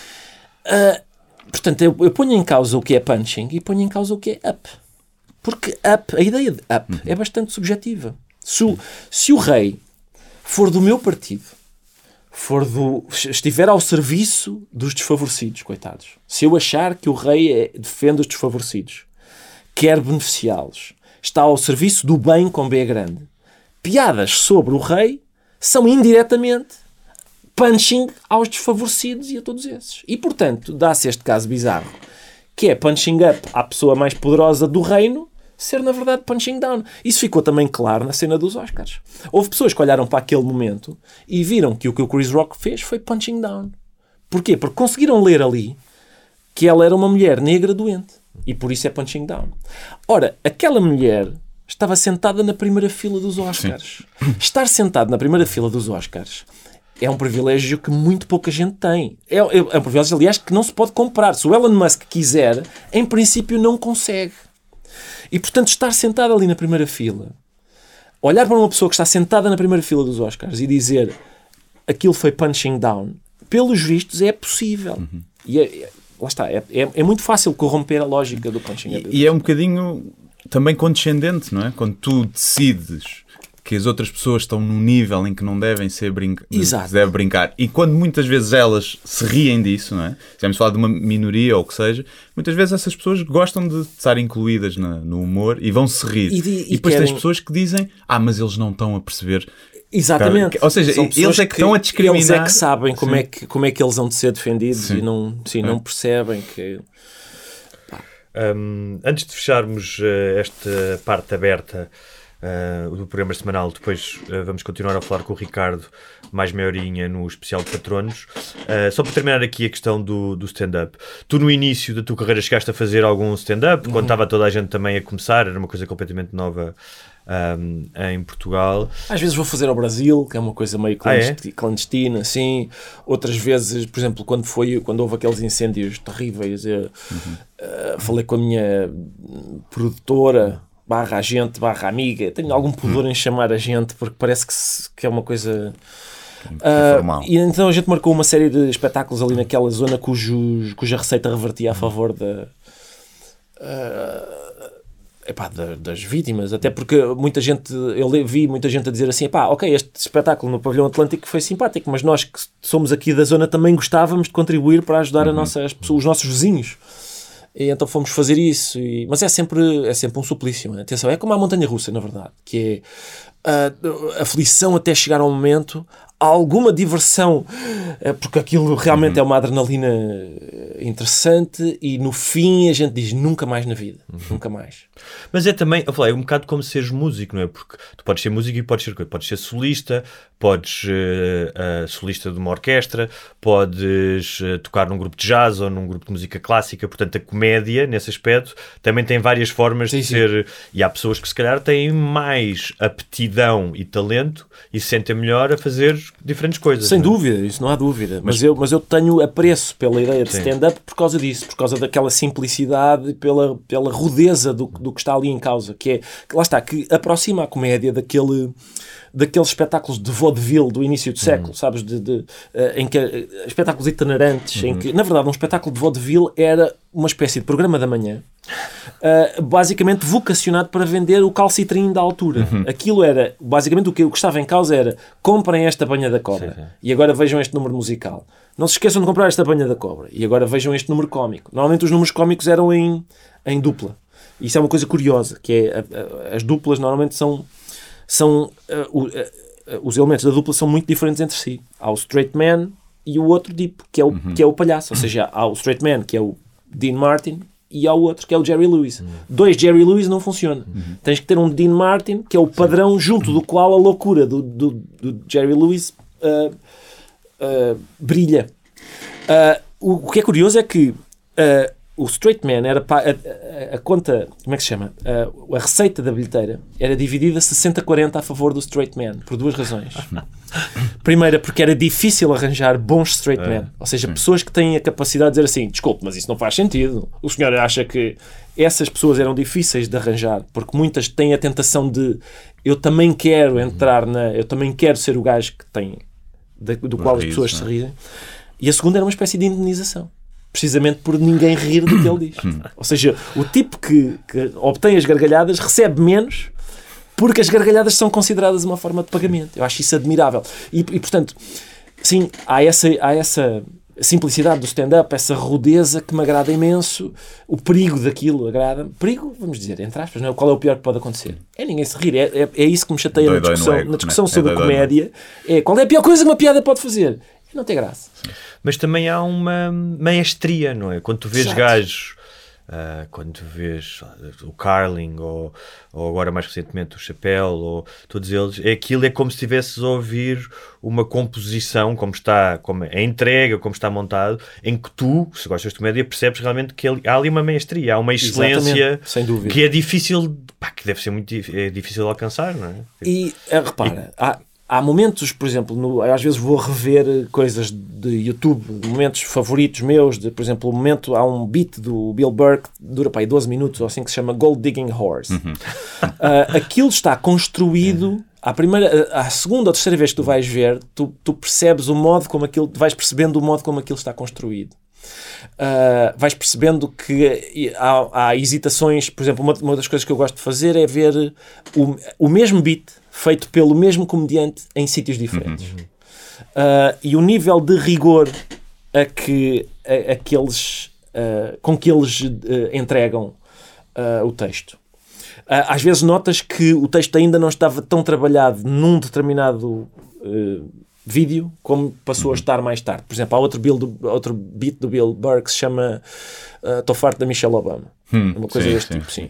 uh, portanto, eu, eu ponho em causa o que é punching e ponho em causa o que é up. Porque up, a ideia de up uhum. é bastante subjetiva. Se o, se o rei for do meu partido, for do, estiver ao serviço dos desfavorecidos, coitados, se eu achar que o rei é, defende os desfavorecidos, quer beneficiá-los, está ao serviço do bem com B grande, piadas sobre o rei são indiretamente punching aos desfavorecidos e a todos esses. E, portanto, dá-se este caso bizarro, que é punching up à pessoa mais poderosa do reino, ser, na verdade, punching down. Isso ficou também claro na cena dos Oscars. Houve pessoas que olharam para aquele momento e viram que o que o Chris Rock fez foi punching down. Porquê? Porque conseguiram ler ali que ela era uma mulher negra doente. E por isso é punching down. Ora, aquela mulher estava sentada na primeira fila dos Oscars. Sim. Estar sentado na primeira fila dos Oscars é um privilégio que muito pouca gente tem. É, é, é um privilégio, aliás, que não se pode comprar. Se o Elon Musk quiser, em princípio não consegue. E, portanto, estar sentado ali na primeira fila, olhar para uma pessoa que está sentada na primeira fila dos Oscars e dizer aquilo foi punching down, pelos vistos é possível. Uhum. E é, é, lá está, é, é, é muito fácil corromper a lógica do punching down.
E, e é um bocadinho também condescendente, não é? Quando tu decides que as outras pessoas estão num nível em que não devem ser brinca... deve brincar. E quando muitas vezes elas se riem disso, não é? Se vamos falar de uma minoria ou o que seja, muitas vezes essas pessoas gostam de estar incluídas na, no humor e vão se rir. E, de, e, e depois querem... tens pessoas que dizem, ah, mas eles não estão a perceber.
Exatamente.
Ou seja, eles é que, que estão a discriminar.
Eles é que sabem como é que, como é que eles vão de ser defendidos sim. e não, sim, não é. percebem que...
Um, antes de fecharmos uh, esta parte aberta Uh, do programa semanal, depois uh, vamos continuar a falar com o Ricardo mais meia horinha no especial de patronos. Uh, só para terminar aqui a questão do, do stand-up. Tu no início da tua carreira chegaste a fazer algum stand-up, uhum. quando estava toda a gente também a começar, era uma coisa completamente nova um, em Portugal.
Às vezes vou fazer ao Brasil, que é uma coisa meio clandestina, ah, é? clandestina assim. Outras vezes, por exemplo, quando, foi, quando houve aqueles incêndios terríveis, eu, uhum. uh, falei com a minha produtora barra agente, barra amiga. Tenho algum pudor em chamar agente, porque parece que, se, que é uma coisa... Uh, e então a gente marcou uma série de espetáculos ali naquela zona cujos, cuja receita revertia a favor da... Uh, Epá, das vítimas, até porque muita gente, eu vi muita gente a dizer assim, epá, ok, este espetáculo no Pavilhão Atlântico foi simpático, mas nós que somos aqui da zona também gostávamos de contribuir para ajudar uhum. a nossa, as pessoas, os nossos vizinhos. E então fomos fazer isso. E, mas é sempre, é sempre um suplício. Né? Atenção, é como a montanha-russa, na verdade, que é a aflição até chegar ao momento, alguma diversão, porque aquilo realmente uhum. é uma adrenalina interessante e no fim a gente diz nunca mais na vida, uhum. nunca mais.
Mas é também, eu falei, é um bocado como seres músico, não é? Porque tu podes ser músico e podes ser, podes ser solista, podes uh, uh, solista de uma orquestra, podes uh, tocar num grupo de jazz ou num grupo de música clássica, portanto a comédia, nesse aspecto, também tem várias formas sim, de sim. ser, e há pessoas que se calhar têm mais aptidão e talento e se sentem melhor a fazer diferentes coisas.
Sem
não é?
dúvida, isso não há dúvida, mas, mas, eu, mas eu tenho apreço pela ideia de stand-up por causa disso, por causa daquela simplicidade, pela, pela rudeza do, do que está ali em causa, que é, que lá está, que aproxima a comédia daquele... daqueles espetáculos de vaudeville do início do século, uhum. sabes, de, de, uh, em que uh, espetáculos itinerantes, uhum. em que, na verdade, um espetáculo de vaudeville era uma espécie de programa da manhã, uh, basicamente vocacionado para vender o calcitrim da altura. Uhum. Aquilo era, basicamente, o que, o que estava em causa era, comprem esta banha da cobra, sim, sim. e agora vejam este número musical. Não se esqueçam de comprar esta banha da cobra, e agora vejam este número cómico. Normalmente os números cómicos eram em, em dupla. Isso é uma coisa curiosa, que é, a, a, as duplas normalmente são... são uh, uh, uh, os elementos da dupla são muito diferentes entre si. Há o straight man e o outro tipo, que é o, uhum. que é o palhaço. Ou seja, há o straight man, que é o Dean Martin, e há o outro, que é o Jerry Lewis. Uhum. Dois Jerry Lewis não funciona. Uhum. Tens que ter um Dean Martin, que é o padrão Sim. junto do qual a loucura do, do, do Jerry Lewis uh, uh, brilha. Uh, o, o que é curioso é que uh, o straight man era pa- a, a, a conta, como é que se chama? A, a receita da bilheteira era dividida sessenta a quarenta a favor do straight man, por duas razões. Primeira, porque era difícil arranjar bons straight é. men, ou seja, pessoas que têm a capacidade de dizer assim, desculpe, mas isso não faz sentido. O senhor acha que essas pessoas eram difíceis de arranjar, porque muitas têm a tentação de eu também quero entrar na, eu também quero ser o gajo que tem, de, do qual as pessoas se riem. E a segunda era uma espécie de indemnização. Precisamente por ninguém rir do que ele diz. Ou seja, o tipo que, que obtém as gargalhadas recebe menos porque as gargalhadas são consideradas uma forma de pagamento. Eu acho isso admirável. E, e portanto, sim, há essa, há essa simplicidade do stand-up, essa rudeza que me agrada imenso. O perigo daquilo agrada. Perigo, vamos dizer, entre aspas, não é? Qual é o pior que pode acontecer? É ninguém se rir. É, é, é isso que me chateia dói, na discussão, ego, na discussão sobre é comédia. É qual é a pior coisa que uma piada pode fazer? Não tem graça. Sim.
Mas também há uma maestria, não é? Quando tu vês Exato. gajos, uh, quando tu vês o Carlin, ou, ou agora mais recentemente o Chappelle, ou todos eles, é aquilo é como se estivesses a ouvir uma composição, como está, como a entrega, como está montado, em que tu, se gostas de comédia, percebes realmente que há ali uma maestria, há uma excelência que é difícil, pá, que deve ser muito é difícil de alcançar, não é?
E, repara, e, há... Há momentos, por exemplo, no, às vezes vou rever coisas de YouTube, momentos favoritos meus, de, por exemplo, o momento, há um beat do Bill Burr que dura para aí doze minutos, ou assim, que se chama Gold Digging Horse. Uhum. Uh, aquilo está construído, à, primeira, à segunda ou terceira vez que tu vais ver, tu, tu percebes o modo como aquilo, vais percebendo o modo como aquilo está construído. Uh, vais percebendo que há, há hesitações. Por exemplo, uma, uma das coisas que eu gosto de fazer é ver o, o mesmo beat feito pelo mesmo comediante em sítios diferentes. Uhum. Uh, e o nível de rigor a que, a, a que eles, uh, com que eles uh, entregam uh, o texto. Uh, às vezes notas que o texto ainda não estava tão trabalhado num determinado uh, vídeo como passou a estar mais tarde. Por exemplo, há outro, Bill do, outro beat do Bill Burr que se chama Estou uh, farto da Michelle Obama. Hum, uma coisa sim, deste sim, tipo, sim.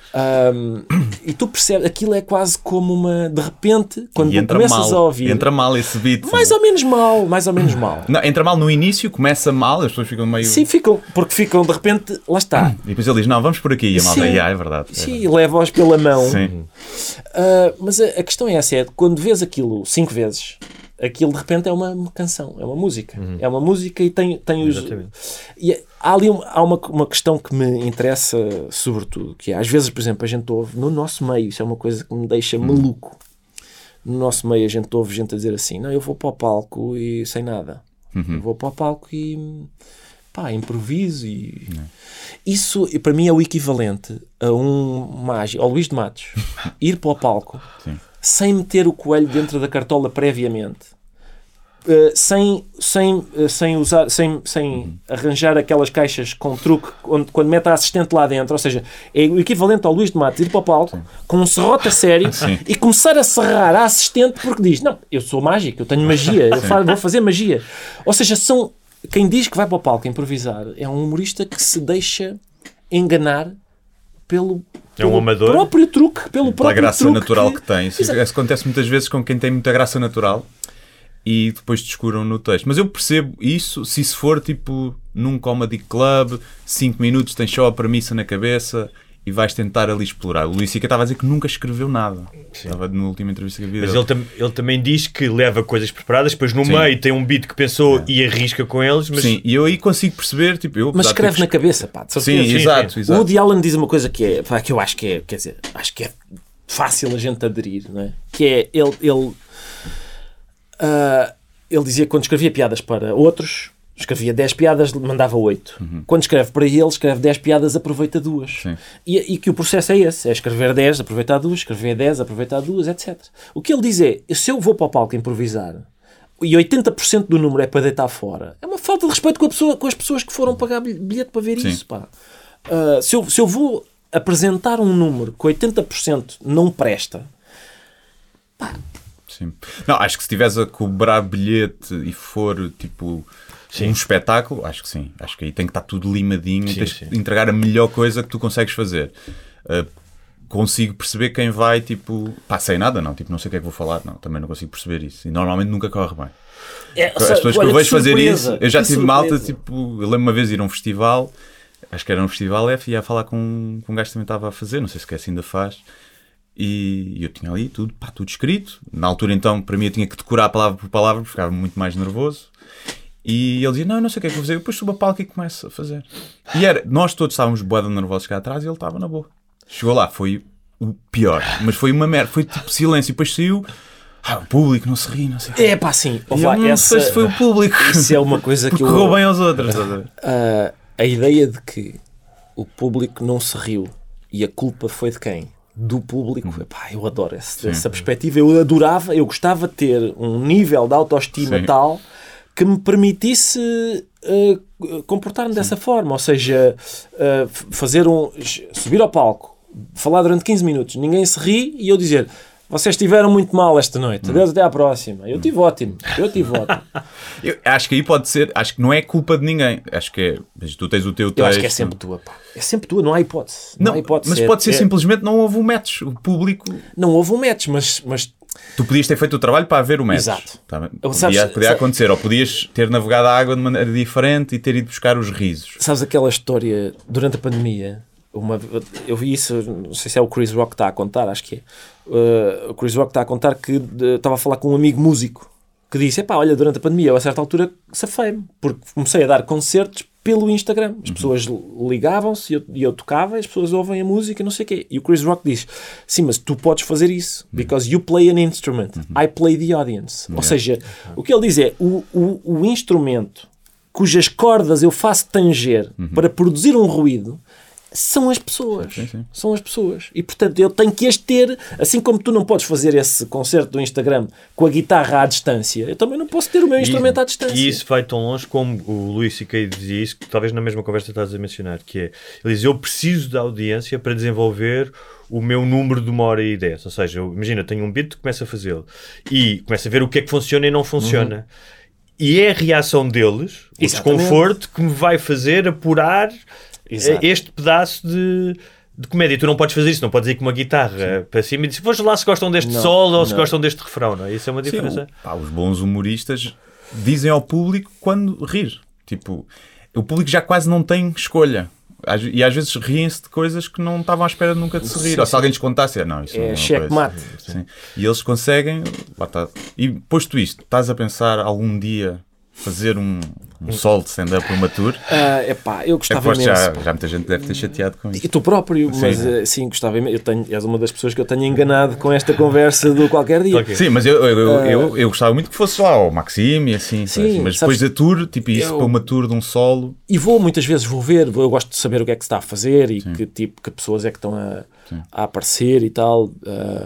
Um, e tu percebes, aquilo é quase como uma, de repente, quando tu começas
mal,
a ouvir...
Entra mal esse beat.
Mais ou menos mal, mais ou menos mal.
Não, entra mal no início, começa mal, as pessoas ficam meio...
Sim, ficam, porque ficam, de repente, lá está.
E depois ele diz, não, vamos por aqui, e a malda, sim, ah, é verdade. É
sim,
verdade.
leva-os pela mão.
Sim.
Uh, mas a, a questão é essa, é, quando vês aquilo cinco vezes... aquilo de repente é uma canção, é uma música.
Uhum.
É uma música e tem, tem os...
Exatamente.
E há ali uma, há uma, uma questão que me interessa sobretudo, que é, às vezes, por exemplo, a gente ouve, no nosso meio, isso é uma coisa que me deixa
Uhum.
maluco. No nosso meio a gente ouve gente a dizer assim, não, eu vou para o palco e sem nada.
Uhum.
Eu vou para o palco e... pá, improviso e... Isso, para mim, é o equivalente a um mágico, ao Luís de Matos, ir para o palco
Sim.
sem meter o coelho dentro da cartola previamente, uh, sem, sem, uh, sem, usar, sem, sem uhum. arranjar aquelas caixas com truque, onde, quando mete a assistente lá dentro, ou seja, é o equivalente ao Luís de Matos ir para o palco Sim. com um serrote a sério
Sim.
e começar a serrar a assistente porque diz, não, eu sou mágico, eu tenho magia, eu faço, vou fazer magia. Ou seja, são... Quem diz que vai para o palco improvisar é um humorista que se deixa enganar pelo,
é um
pelo
amador.
próprio truque, pelo
Pela
próprio
graça
truque
natural
que,
que tem. Isso, isso acontece muitas vezes com quem tem muita graça natural e depois descuram no texto. Mas eu percebo isso se isso for tipo num comedy club, cinco minutos, tens só a premissa na cabeça e vais tentar ali explorar. O Luís Sica estava a dizer que nunca escreveu nada. Sim. Estava na última entrevista que havia.
Mas ele, tam- ele também diz que leva coisas preparadas, depois no
Sim.
meio tem um beat que pensou
é.
e arrisca com eles. Mas...
Sim, e eu aí consigo perceber. Tipo, eu,
Mas escreve
ter...
na cabeça, pá.
Sim, sim, exato,
sim.
exato.
O Woody Allen diz uma coisa que é, pá, que eu acho que é, quer dizer, acho que é fácil a gente aderir, não é? Que é, ele, ele, uh, ele dizia que quando escrevia piadas para outros, escrevia dez piadas, mandava oito. Uhum. Quando escreve para ele, escreve dez piadas, aproveita duas. E, e que o processo é esse, é escrever dez, aproveitar duas, escrever dez, aproveitar duas, etcétera. O que ele diz é, se eu vou para o palco improvisar e oitenta por cento do número é para deitar fora, é uma falta de respeito com, a pessoa, com as pessoas que foram pagar bilhete para ver Sim. isso, pá. Uh, se, eu, se eu vou apresentar um número que oitenta por cento não presta, pá.
Sim. Não, acho que se estiveres a cobrar bilhete e for, tipo... Sim. Um espetáculo, acho que sim. Acho que aí tem que estar tudo limadinho sim, e tens sim. de entregar a melhor coisa que tu consegues fazer. Uh, consigo perceber quem vai, tipo... Pá, sem nada, não. Tipo, não sei o que é que vou falar. Não, também não consigo perceber isso. E normalmente nunca corre bem. É, As pessoas olha, que eu vejo fazer isso... Eu já tive surpresa. malta, tipo... Eu lembro uma vez de ir a um festival... Acho que era um festival F e ia falar com, com um gajo que também estava a fazer. Não sei se que assim ainda faz. E eu tinha ali tudo, pá, tudo escrito. Na altura, então, para mim, eu tinha que decorar palavra por palavra, porque ficava muito mais nervoso. E ele dizia, não, não sei o que é que vou fazer. Eu depois subo a palco e começo a fazer. E era, nós todos estávamos boeda nervosos cá atrás e ele estava na boa. Chegou lá, foi o pior. Mas foi uma merda, foi tipo silêncio. E depois saiu, ah, o público não se ri, não sei o que.
É pá, sim.
E eu não essa... sei se foi o público.
Isso é uma coisa que eu...
correu bem aos outros.
Uh, a ideia de que o público não se riu e a culpa foi de quem? Do público. Hum. Epá, eu adoro esse, essa perspectiva. Eu adorava, eu gostava de ter um nível de autoestima sim. tal... que me permitisse uh, comportar-me Sim. dessa forma, ou seja, uh, fazer um, subir ao palco, falar durante quinze minutos, ninguém se ri e eu dizer, vocês estiveram muito mal esta noite, adeus, até à próxima. Eu tive ótimo, eu tive ótimo.
Eu acho que aí pode ser, acho que não é culpa de ninguém, acho que é, mas tu tens o teu texto.
Eu acho que é sempre tua, pá. É sempre tua, não há hipótese. Não,
não
há hipótese.
Mas
é,
pode ser
é...
simplesmente não houve um match, o público...
Não houve um match, mas... mas...
Tu podias ter feito o trabalho para haver o match.
Exato.
Tá, podia,
sabes,
podia
sabes,
acontecer. Ou podias ter navegado a água de maneira diferente e ter ido buscar os risos.
Sabes aquela história durante a pandemia? Uma, eu vi isso, não sei se é o Chris Rock que está a contar, acho que é. Uh, o Chris Rock está a contar que uh, estava a falar com um amigo músico que disse, epá, olha, durante a pandemia eu a certa altura safei-me, porque comecei a dar concertos pelo Instagram. As pessoas uhum. ligavam-se e eu, e eu tocava e as pessoas ouvem a música e não sei o quê. E o Chris Rock diz, sim, mas tu podes fazer isso, because you play an instrument, uhum. I play the audience. Yeah. Ou seja, o que ele diz é, o, o, o instrumento cujas cordas eu faço tanger uhum. para produzir um ruído são as pessoas. Sim, sim. São as pessoas. E, portanto, eu tenho que as ter, assim como tu não podes fazer esse concerto do Instagram com a guitarra à distância, eu também não posso ter o meu e, instrumento à distância.
E isso vai tão longe como o Luís C K dizia isso, que talvez na mesma conversa estás a mencionar, que é, ele diz, eu preciso da audiência para desenvolver o meu número de uma hora e dez. Ou seja, eu, imagina, eu tenho um beat, começo a fazê-lo e começo a ver o que é que funciona e não funciona. Uhum. E é a reação deles, o Exatamente. desconforto, que me vai fazer apurar Exato. este pedaço de, de comédia. Tu não podes fazer isso, não podes ir com uma guitarra Sim. para cima e dizer, vejam lá se gostam deste não, solo ou não. se gostam deste refrão, não é? Isso é uma diferença.
Sim, o, pá, os bons humoristas dizem ao público quando rir. Tipo, o público já quase não tem escolha. E às vezes riem-se de coisas que não estavam à espera nunca de se rir. Sim, ou se alguém lhes contasse, é, não, isso
é
não
checkmate.
Sim. E eles conseguem. Lá tá. E posto isto, estás a pensar algum dia fazer um, um solo de stand-up para uma tour?
Uh, epá, eu gostava
é
imenso.
Já, já muita gente deve ter chateado com isso.
E tu próprio, sim. mas uh, sim, gostava imenso. Eu tenho, és uma das pessoas que eu tenho enganado com esta conversa do qualquer dia.
Okay. Sim, mas eu, eu, eu, uh, eu, eu gostava muito que fosse lá ao Maxime e assim. Sim, mas depois da tour, tipo isso, eu, para uma tour de um solo.
E vou, muitas vezes vou ver, eu gosto de saber o que é que se está a fazer e que tipo que pessoas é que estão a, a aparecer e tal. Uh,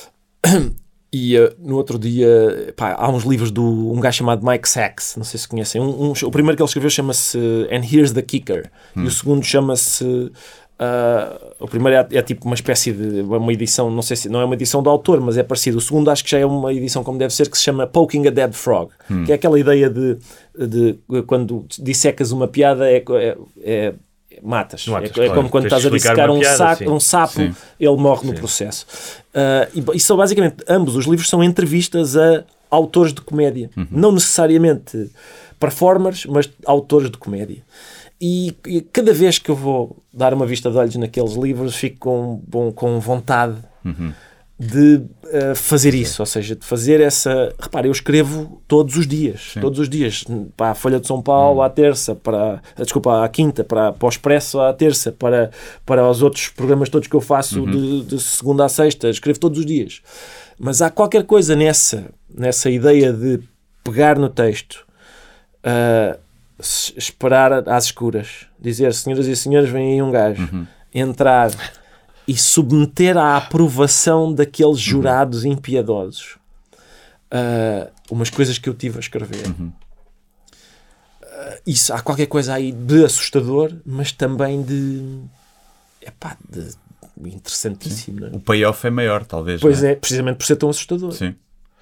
E uh, no outro dia, pá, há uns livros de um gajo chamado Mike Sachs, não sei se conhecem. Um, um, o primeiro que ele escreveu chama-se And Here's the Kicker. Hum. E o segundo chama-se. Uh, o primeiro é, é tipo uma espécie de uma edição, não sei se não é uma edição do autor, mas é parecido. O segundo acho que já é uma edição como deve ser, que se chama Poking a Dead Frog, hum. que é aquela ideia de, de, de quando dissecas uma piada, é. é, é matas.
matas
é,
claro.
é como quando
Tens
estás a dissecar um,
piada,
saco, um sapo, sim. ele morre sim. no processo. Uh, e, e são basicamente, ambos os livros são entrevistas a autores de comédia. Uhum. Não necessariamente performers, mas autores de comédia. E, e cada vez que eu vou dar uma vista de olhos naqueles livros, fico com, bom, com vontade uhum. de uh, fazer isso, ou seja, de fazer essa... Repara, eu escrevo todos os dias, sim. todos os dias, para a Folha de São Paulo hum. à terça, para, desculpa, à quinta, para, para o Expresso à terça, para, para os outros programas todos que eu faço uhum. de, de segunda a sexta, escrevo todos os dias. Mas há qualquer coisa nessa, nessa ideia de pegar no texto, uh, esperar às escuras, dizer, senhoras e senhores, vem aí um gajo, uhum. entrar... e submeter à aprovação daqueles jurados uhum. impiedosos uh, umas coisas que eu tive a escrever. Uhum. Uh, isso, há qualquer coisa aí de assustador, mas também de... Epá, de interessantíssimo. Não é?
O payoff é maior, talvez.
Pois
não é?
é, precisamente por ser tão assustador.
Sim.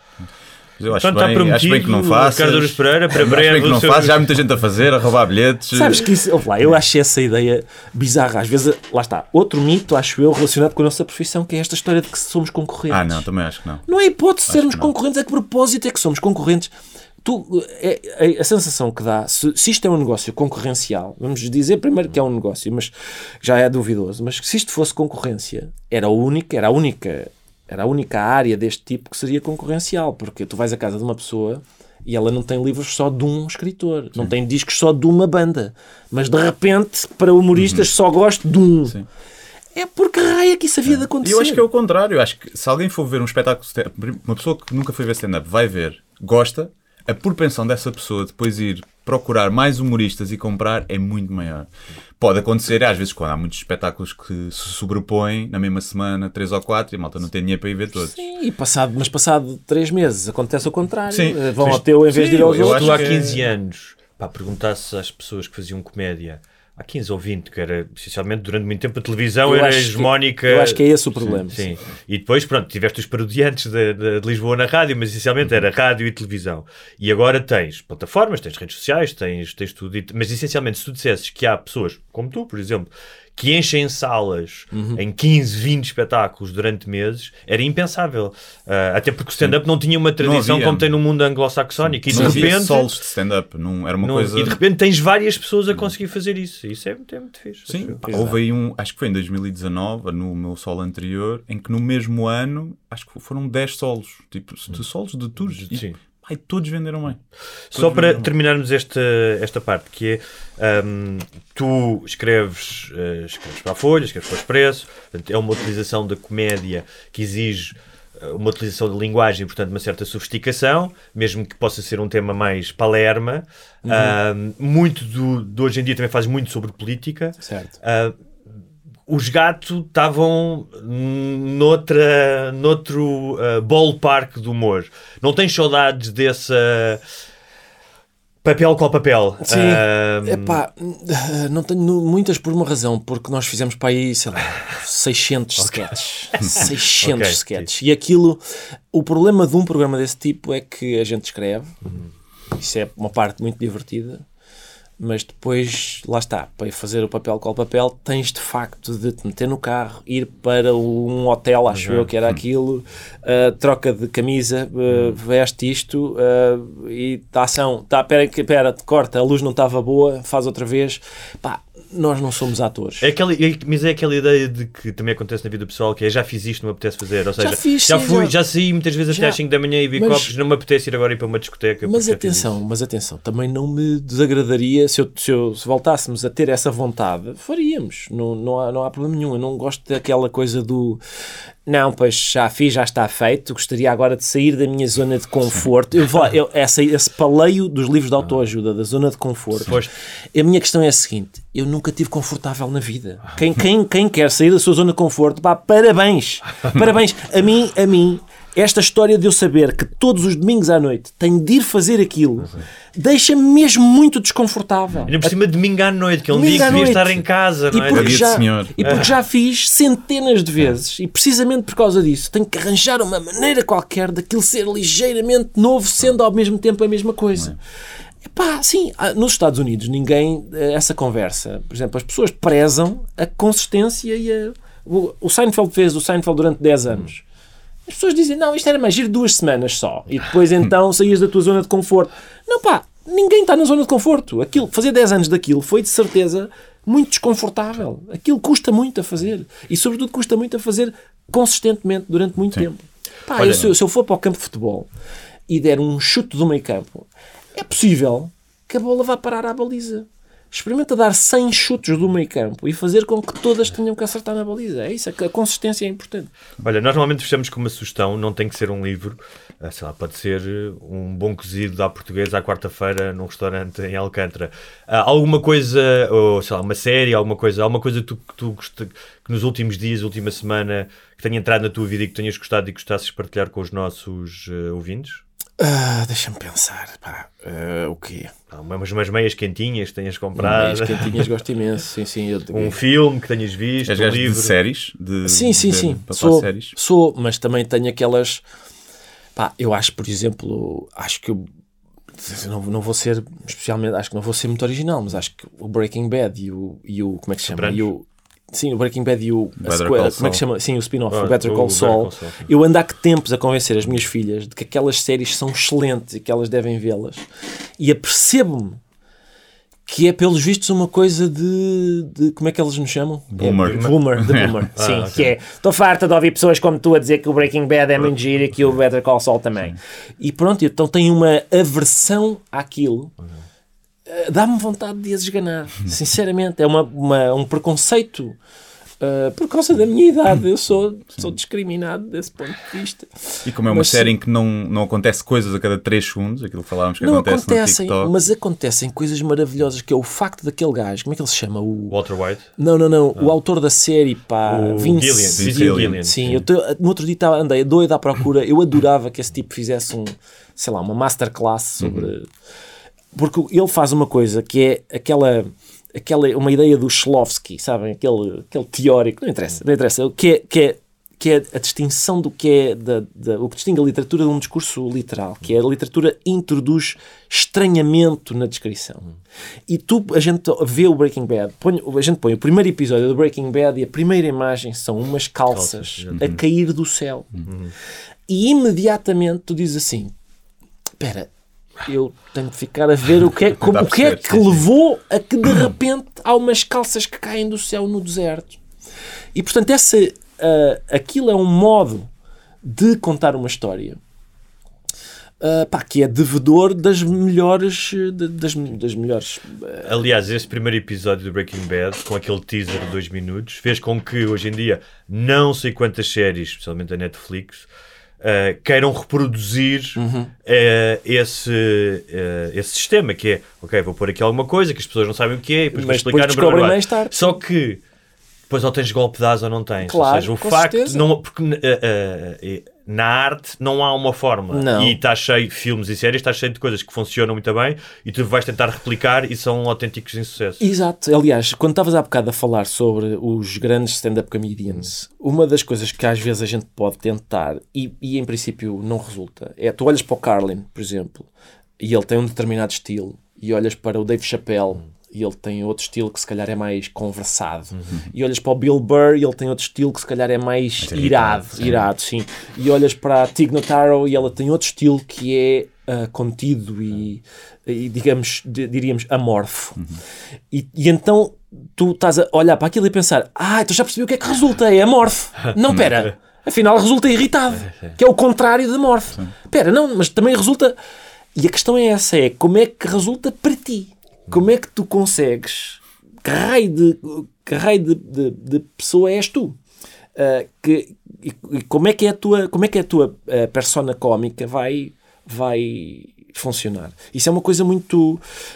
Eu acho,
então,
bem, acho bem que não faças.
Ricardo Pereira, para breve.
Acho bem que não faças. Já há muita gente a fazer, a roubar bilhetes.
Sabes que isso, lá, eu acho essa ideia bizarra. Às vezes, lá está, outro mito, acho eu, relacionado com a nossa profissão, que é esta história de que somos concorrentes.
Ah, não, também acho que não.
Não é hipótese de sermos concorrentes, é que propósito é que somos concorrentes. Tu, é, é, a sensação que dá, se, se isto é um negócio concorrencial, vamos dizer primeiro que é um negócio, mas já é duvidoso, mas se isto fosse concorrência, era a única, era a única... Era a única área deste tipo que seria concorrencial, porque tu vais à casa de uma pessoa e ela não tem livros só de um escritor, sim. não tem discos só de uma banda, mas de repente, para humoristas, uhum. só gosto de um. Sim. É porque raia que isso havia é. de acontecer.
Eu acho que é o contrário. Eu acho que se alguém for ver um espetáculo, uma pessoa que nunca foi ver stand-up vai ver, gosta, a propensão dessa pessoa depois ir procurar mais humoristas e comprar é muito maior. Pode acontecer, às vezes, quando há muitos espetáculos que se sobrepõem na mesma semana, três ou quatro, e a malta não tem dinheiro para ir ver todos.
Sim, e passado, mas passado três meses acontece o contrário.
Sim.
Vão
Sim.
ao teu em vez
Sim,
de ir aos
eu
outros.
Tu há
que...
quinze anos, pá, perguntasse às pessoas que faziam comédia, há quinze ou vinte, que era, essencialmente, durante muito tempo a televisão
eu
era hegemónica.
Que, eu acho que é esse o problema.
Sim, sim. E depois, pronto, tiveste os parodiantes de, de, de Lisboa na rádio, mas essencialmente era rádio e televisão. E agora tens plataformas, tens redes sociais, tens, tens tudo. Mas essencialmente, se tu dissesses que há pessoas, como tu, por exemplo, que enchem salas uhum. em quinze, vinte espetáculos durante meses, era impensável. Uh, até porque o stand-up não tinha uma tradição havia, como tem no mundo anglo-saxónico. E de repente,
solos de stand-up, não era uma
não,
coisa...
E de repente tens várias pessoas a conseguir fazer isso. Isso é, é muito fixe.
Sim, pá, houve aí um, acho que foi em dois mil e dezanove, no meu solo anterior, em que no mesmo ano, acho que foram dez solos, tipo, de solos de tours.
Sim.
Ai, todos venderam bem. Todos
Só para
venderam
terminarmos esta, esta parte, que é, um, tu escreves, uh, escreves para a Folha, escreves para o Expresso, portanto, é uma utilização da comédia que exige uma utilização de linguagem, portanto, uma certa sofisticação, mesmo que possa ser um tema mais palerma. Uhum. Uh, muito do, de hoje em dia também faz muito sobre política.
Certo.
Uh, Os Gato estavam noutra, noutro uh, ballpark do humor. Não tens saudades desse uh, papel com papel?
Sim. Uh, Epá, não tenho muitas por uma razão, porque nós fizemos para aí, sei lá, seiscentos okay. sketches. seiscentos okay, sketches. Sim. E aquilo, o problema de um programa desse tipo é que a gente escreve. Uhum. Isso é uma parte muito divertida. Mas depois, lá está, para fazer o papel com o papel, tens de facto de te meter no carro, ir para um hotel, acho uhum. eu que era aquilo, uh, troca de camisa, uh, veste isto uh, e dá ação. Tá, pera, pera, corta, a luz não estava boa, faz outra vez. Pá, nós não somos atores.
É aquela, é, mas é aquela ideia de que também acontece na vida pessoal, que é já fiz isto, não me apetece fazer. Ou seja,
já, fiz,
já
sim,
fui,
já,
já saí muitas vezes
já,
até às cinco da manhã e vi
mas,
copos, não me apetece ir agora ir para uma discoteca.
Mas atenção, mas atenção, também não me desagradaria se, eu, se, eu, se voltássemos a ter essa vontade, faríamos. Não, não, há, não há problema nenhum. Eu não gosto daquela coisa do não, pois já fiz, já está feito, gostaria agora de sair da minha zona de conforto. Eu vou, eu, essa, esse paleio dos livros de autoajuda, da zona de conforto. Pois. A minha questão é a seguinte: eu nunca estive confortável na vida. Quem, quem, quem quer sair da sua zona de conforto, pá, parabéns. Parabéns. A mim, a mim, esta história de eu saber que todos os domingos à noite tenho de ir fazer aquilo, deixa-me mesmo muito desconfortável.
E por cima de domingo à noite, que é um dia que devia estar em casa, não é?
E porque, já, e porque já fiz centenas de vezes, e precisamente por causa disso, tenho que arranjar uma maneira qualquer daquilo ser ligeiramente novo, sendo ao mesmo tempo a mesma coisa. Epá, sim, nos Estados Unidos ninguém, essa conversa, por exemplo, as pessoas prezam a consistência e a... O, o Seinfeld fez o Seinfeld durante dez anos. As pessoas dizem, não, isto era mais giro duas semanas só. E depois então saías da tua zona de conforto. Não, pá, ninguém está na zona de conforto. Aquilo, fazer dez anos daquilo foi de certeza muito desconfortável. Aquilo custa muito a fazer. E sobretudo custa muito a fazer consistentemente durante muito Sim. tempo. Pá, Olha, eu, se, eu, se eu for para o campo de futebol e der um chute do meio campo, é possível que a bola vá parar à baliza. Experimenta dar cem chutes do meio campo e fazer com que todas tenham que acertar na baliza. É isso, a consistência é importante.
Olha, nós normalmente fechamos com uma sugestão, não tem que ser um livro, sei lá, pode ser um bom cozido à portuguesa à quarta-feira num restaurante em Alcântara. Há alguma coisa, ou sei lá, uma série, alguma coisa, alguma coisa que tu, que, tu gost... que nos últimos dias, última semana, que tenha entrado na tua vida e que tenhas gostado e gostasses de partilhar com os nossos uh, ouvintes?
Uh, Deixa-me pensar, pá, uh, o quê?
Ah, umas, umas meias quentinhas que tenhas comprado.
Meias quentinhas gosto imenso, sim, sim. Eu...
Um filme que tenhas visto,
És
um livro.
de séries? De,
sim, sim,
de,
sim.
De
sou,
séries?
sou, mas também tenho aquelas... Pá, eu acho, por exemplo, acho que eu não, não vou ser, especialmente, acho que não vou ser muito original, mas acho que o Breaking Bad e o, e o como é que se chama? E o, sim, o Breaking Bad e o a sequela, como é que se chama? Sim, o spin-off,
ah,
o Better Call Saul. Eu ando há que tempos a convencer as minhas filhas de que aquelas séries são excelentes e que elas devem vê-las. E apercebo-me que é, pelos vistos, uma coisa de... de como é que eles nos chamam?
Boomer.
É, boomer, de boomer.
ah,
Sim,
okay.
que é... Estou farta de ouvir pessoas como tu a dizer que o Breaking Bad é muito giro e que o Better Call Saul também. Sim. E pronto, então tenho uma aversão àquilo. Uh, dá-me vontade de as esganar. Sinceramente, é uma, uma, um preconceito... Uh, por causa da minha idade, eu sou, sou discriminado desse ponto de vista.
E como é uma mas, série em que não, não acontece coisas a cada três segundos, aquilo que falávamos que
não
acontece
acontecem,
no TikTok.
mas acontecem coisas maravilhosas, que é o facto daquele gajo, como é que ele se chama? O...
Walter White?
Não, não, não, ah. o autor da série, pá,
o
Vince
Gillian. Gillian. Gillian.
Sim, sim. Eu te, no outro dia estava, andei doido à procura, eu adorava que esse tipo fizesse um, sei lá, uma masterclass sobre... Uhum. Porque ele faz uma coisa que é aquela... Aquela, uma ideia do Shklovsky, sabem? Aquele, aquele teórico, não interessa, não interessa, que é, que é, que é a distinção do que é, da, da, o que distingue a literatura de um discurso literal, que é a literatura introduz estranhamento na descrição. E tu, a gente vê o Breaking Bad, põe, a gente põe o primeiro episódio do Breaking Bad e a primeira imagem são umas calças, calças. a cair do céu. Uhum. E imediatamente tu dizes assim, espera, eu tenho de ficar a ver o que é, como, o que, é que levou a que de repente há umas calças que caem do céu no deserto. E portanto essa, uh, aquilo é um modo de contar uma história uh, pá, que é devedor das melhores de, das, das melhores uh...
Aliás, esse primeiro episódio do Breaking Bad, com aquele teaser de dois minutos, fez com que hoje em dia não sei quantas séries, especialmente a Netflix, Uh, queiram reproduzir uhum. uh, esse, uh, esse sistema, que é, ok, vou pôr aqui alguma coisa que as pessoas não sabem o que é e depois
mas
vou explicar
depois
no
mais tarde.
Só que depois ou tens golpe de asa ou não tens.
Claro,
ou seja, o facto não, porque uh, uh, na arte não há uma fórmula
não.
E está cheio, filmes e séries, está cheio de coisas que funcionam muito bem e tu vais tentar replicar e são autênticos insucessos.
Exato, aliás, quando estavas há bocado a falar sobre os grandes stand-up comedians, uma das coisas que às vezes a gente pode tentar e, e em princípio não resulta, é tu olhas para o Carlin, por exemplo, e ele tem um determinado estilo, e olhas para o Dave Chappelle e ele tem outro estilo que se calhar é mais conversado. Uhum. E olhas para o Bill Burr e ele tem outro estilo que se calhar é mais é irado, sim. irado, sim. E olhas para a Tig Notaro e ela tem outro estilo que é uh, contido e, e digamos, de, diríamos, amorfo. Uhum. E, e então tu estás a olhar para aquilo e pensar, ah, então já percebi o que é que resulta, é a morph. Não, pera, afinal resulta irritado, que é o contrário da morph. Pera, não, mas também resulta... E a questão é essa, é como é que resulta para ti? Como é que tu consegues... Que raio de, que raio de, de, de pessoa és tu? Uh, que, e, e como é que é a tua, como é que é a tua uh, persona cómica vai, vai funcionar? Isso é uma coisa muito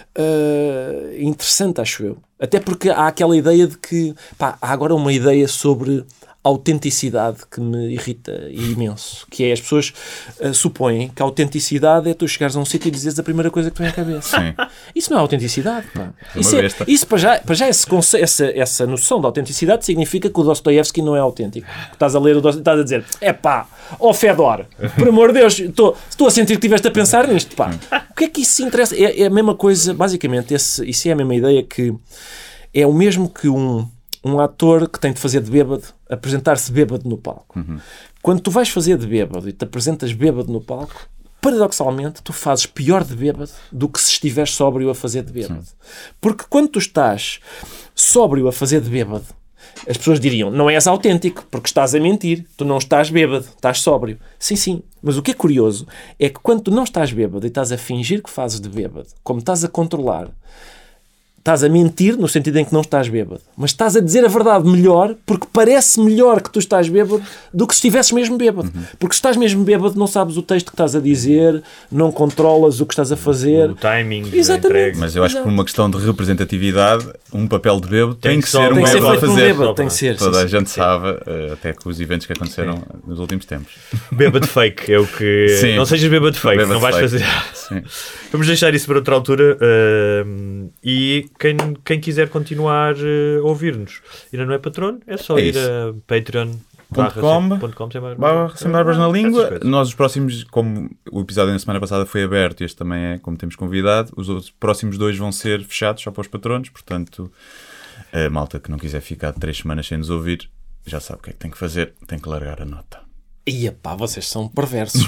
uh, interessante, acho eu. Até porque há aquela ideia de que... Pá, há agora uma ideia sobre... autenticidade que me irrita imenso, que é as pessoas uh, supõem que a autenticidade é tu chegares a um sítio e dizeres a primeira coisa que te vem à cabeça.
Sim.
Isso não é autenticidade, pá. Isso, é, isso para já, para já esse conce- essa, essa noção de autenticidade significa que o Dostoiévski não é autêntico. Estás a ler o Dostoiévski e estás a dizer, é pá, ó oh Fedor, por amor de Deus, estou a sentir que estiveste a pensar nisto, pá. O que é que isso se interessa? É, é a mesma coisa, basicamente, esse, isso é a mesma ideia que é o mesmo que um um ator que tem de fazer de bêbado, apresentar-se bêbado no palco.
Uhum.
Quando tu vais fazer de bêbado e te apresentas bêbado no palco, paradoxalmente, tu fazes pior de bêbado do que se estiveres sóbrio a fazer de bêbado. Sim. Porque quando tu estás sóbrio a fazer de bêbado, as pessoas diriam, não és autêntico, porque estás a mentir, tu não estás bêbado, estás sóbrio. Sim, sim, mas o que é curioso é que quando tu não estás bêbado e estás a fingir que fazes de bêbado, como estás a controlar, estás a mentir no sentido em que não estás bêbado, mas estás a dizer a verdade melhor porque parece melhor que tu estás bêbado do que se estivesses mesmo bêbado. Uhum. Porque se estás mesmo bêbado não sabes o texto que estás a dizer, não controlas o que estás a fazer.
O timing.
Exatamente.
Mas eu acho que por uma questão de representatividade, um papel de bêbado tem, tem que ser um
tem que ser
bêbado a
fazer. Um bêbado, tem que ser.
Toda
sim,
a gente
sim.
sabe, até com os eventos que aconteceram sim. nos últimos tempos.
Bêbado fake é o que...
Sim.
Não sejas bêbado fake, bêbado não vais fake. fazer...
Sim.
Vamos deixar isso para outra altura uh, e quem, quem quiser continuar uh, a ouvir-nos, ainda não é patrono, é só
é
ir
isso.
a Patreon.
Barra sem barbas na língua. Nós os próximos, como o episódio na semana passada foi aberto e este também é, como temos convidado, os outros próximos dois vão ser fechados só para os patronos, portanto a malta que não quiser ficar três semanas sem nos ouvir já sabe o que é que tem que fazer, tem que largar a nota.
Ia pá, vocês são perversos.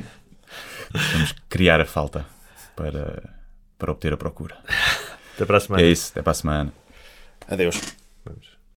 Vamos criar a falta para, para obter a procura.
Até para a semana.
É isso, até para a semana.
Adeus.
Vamos.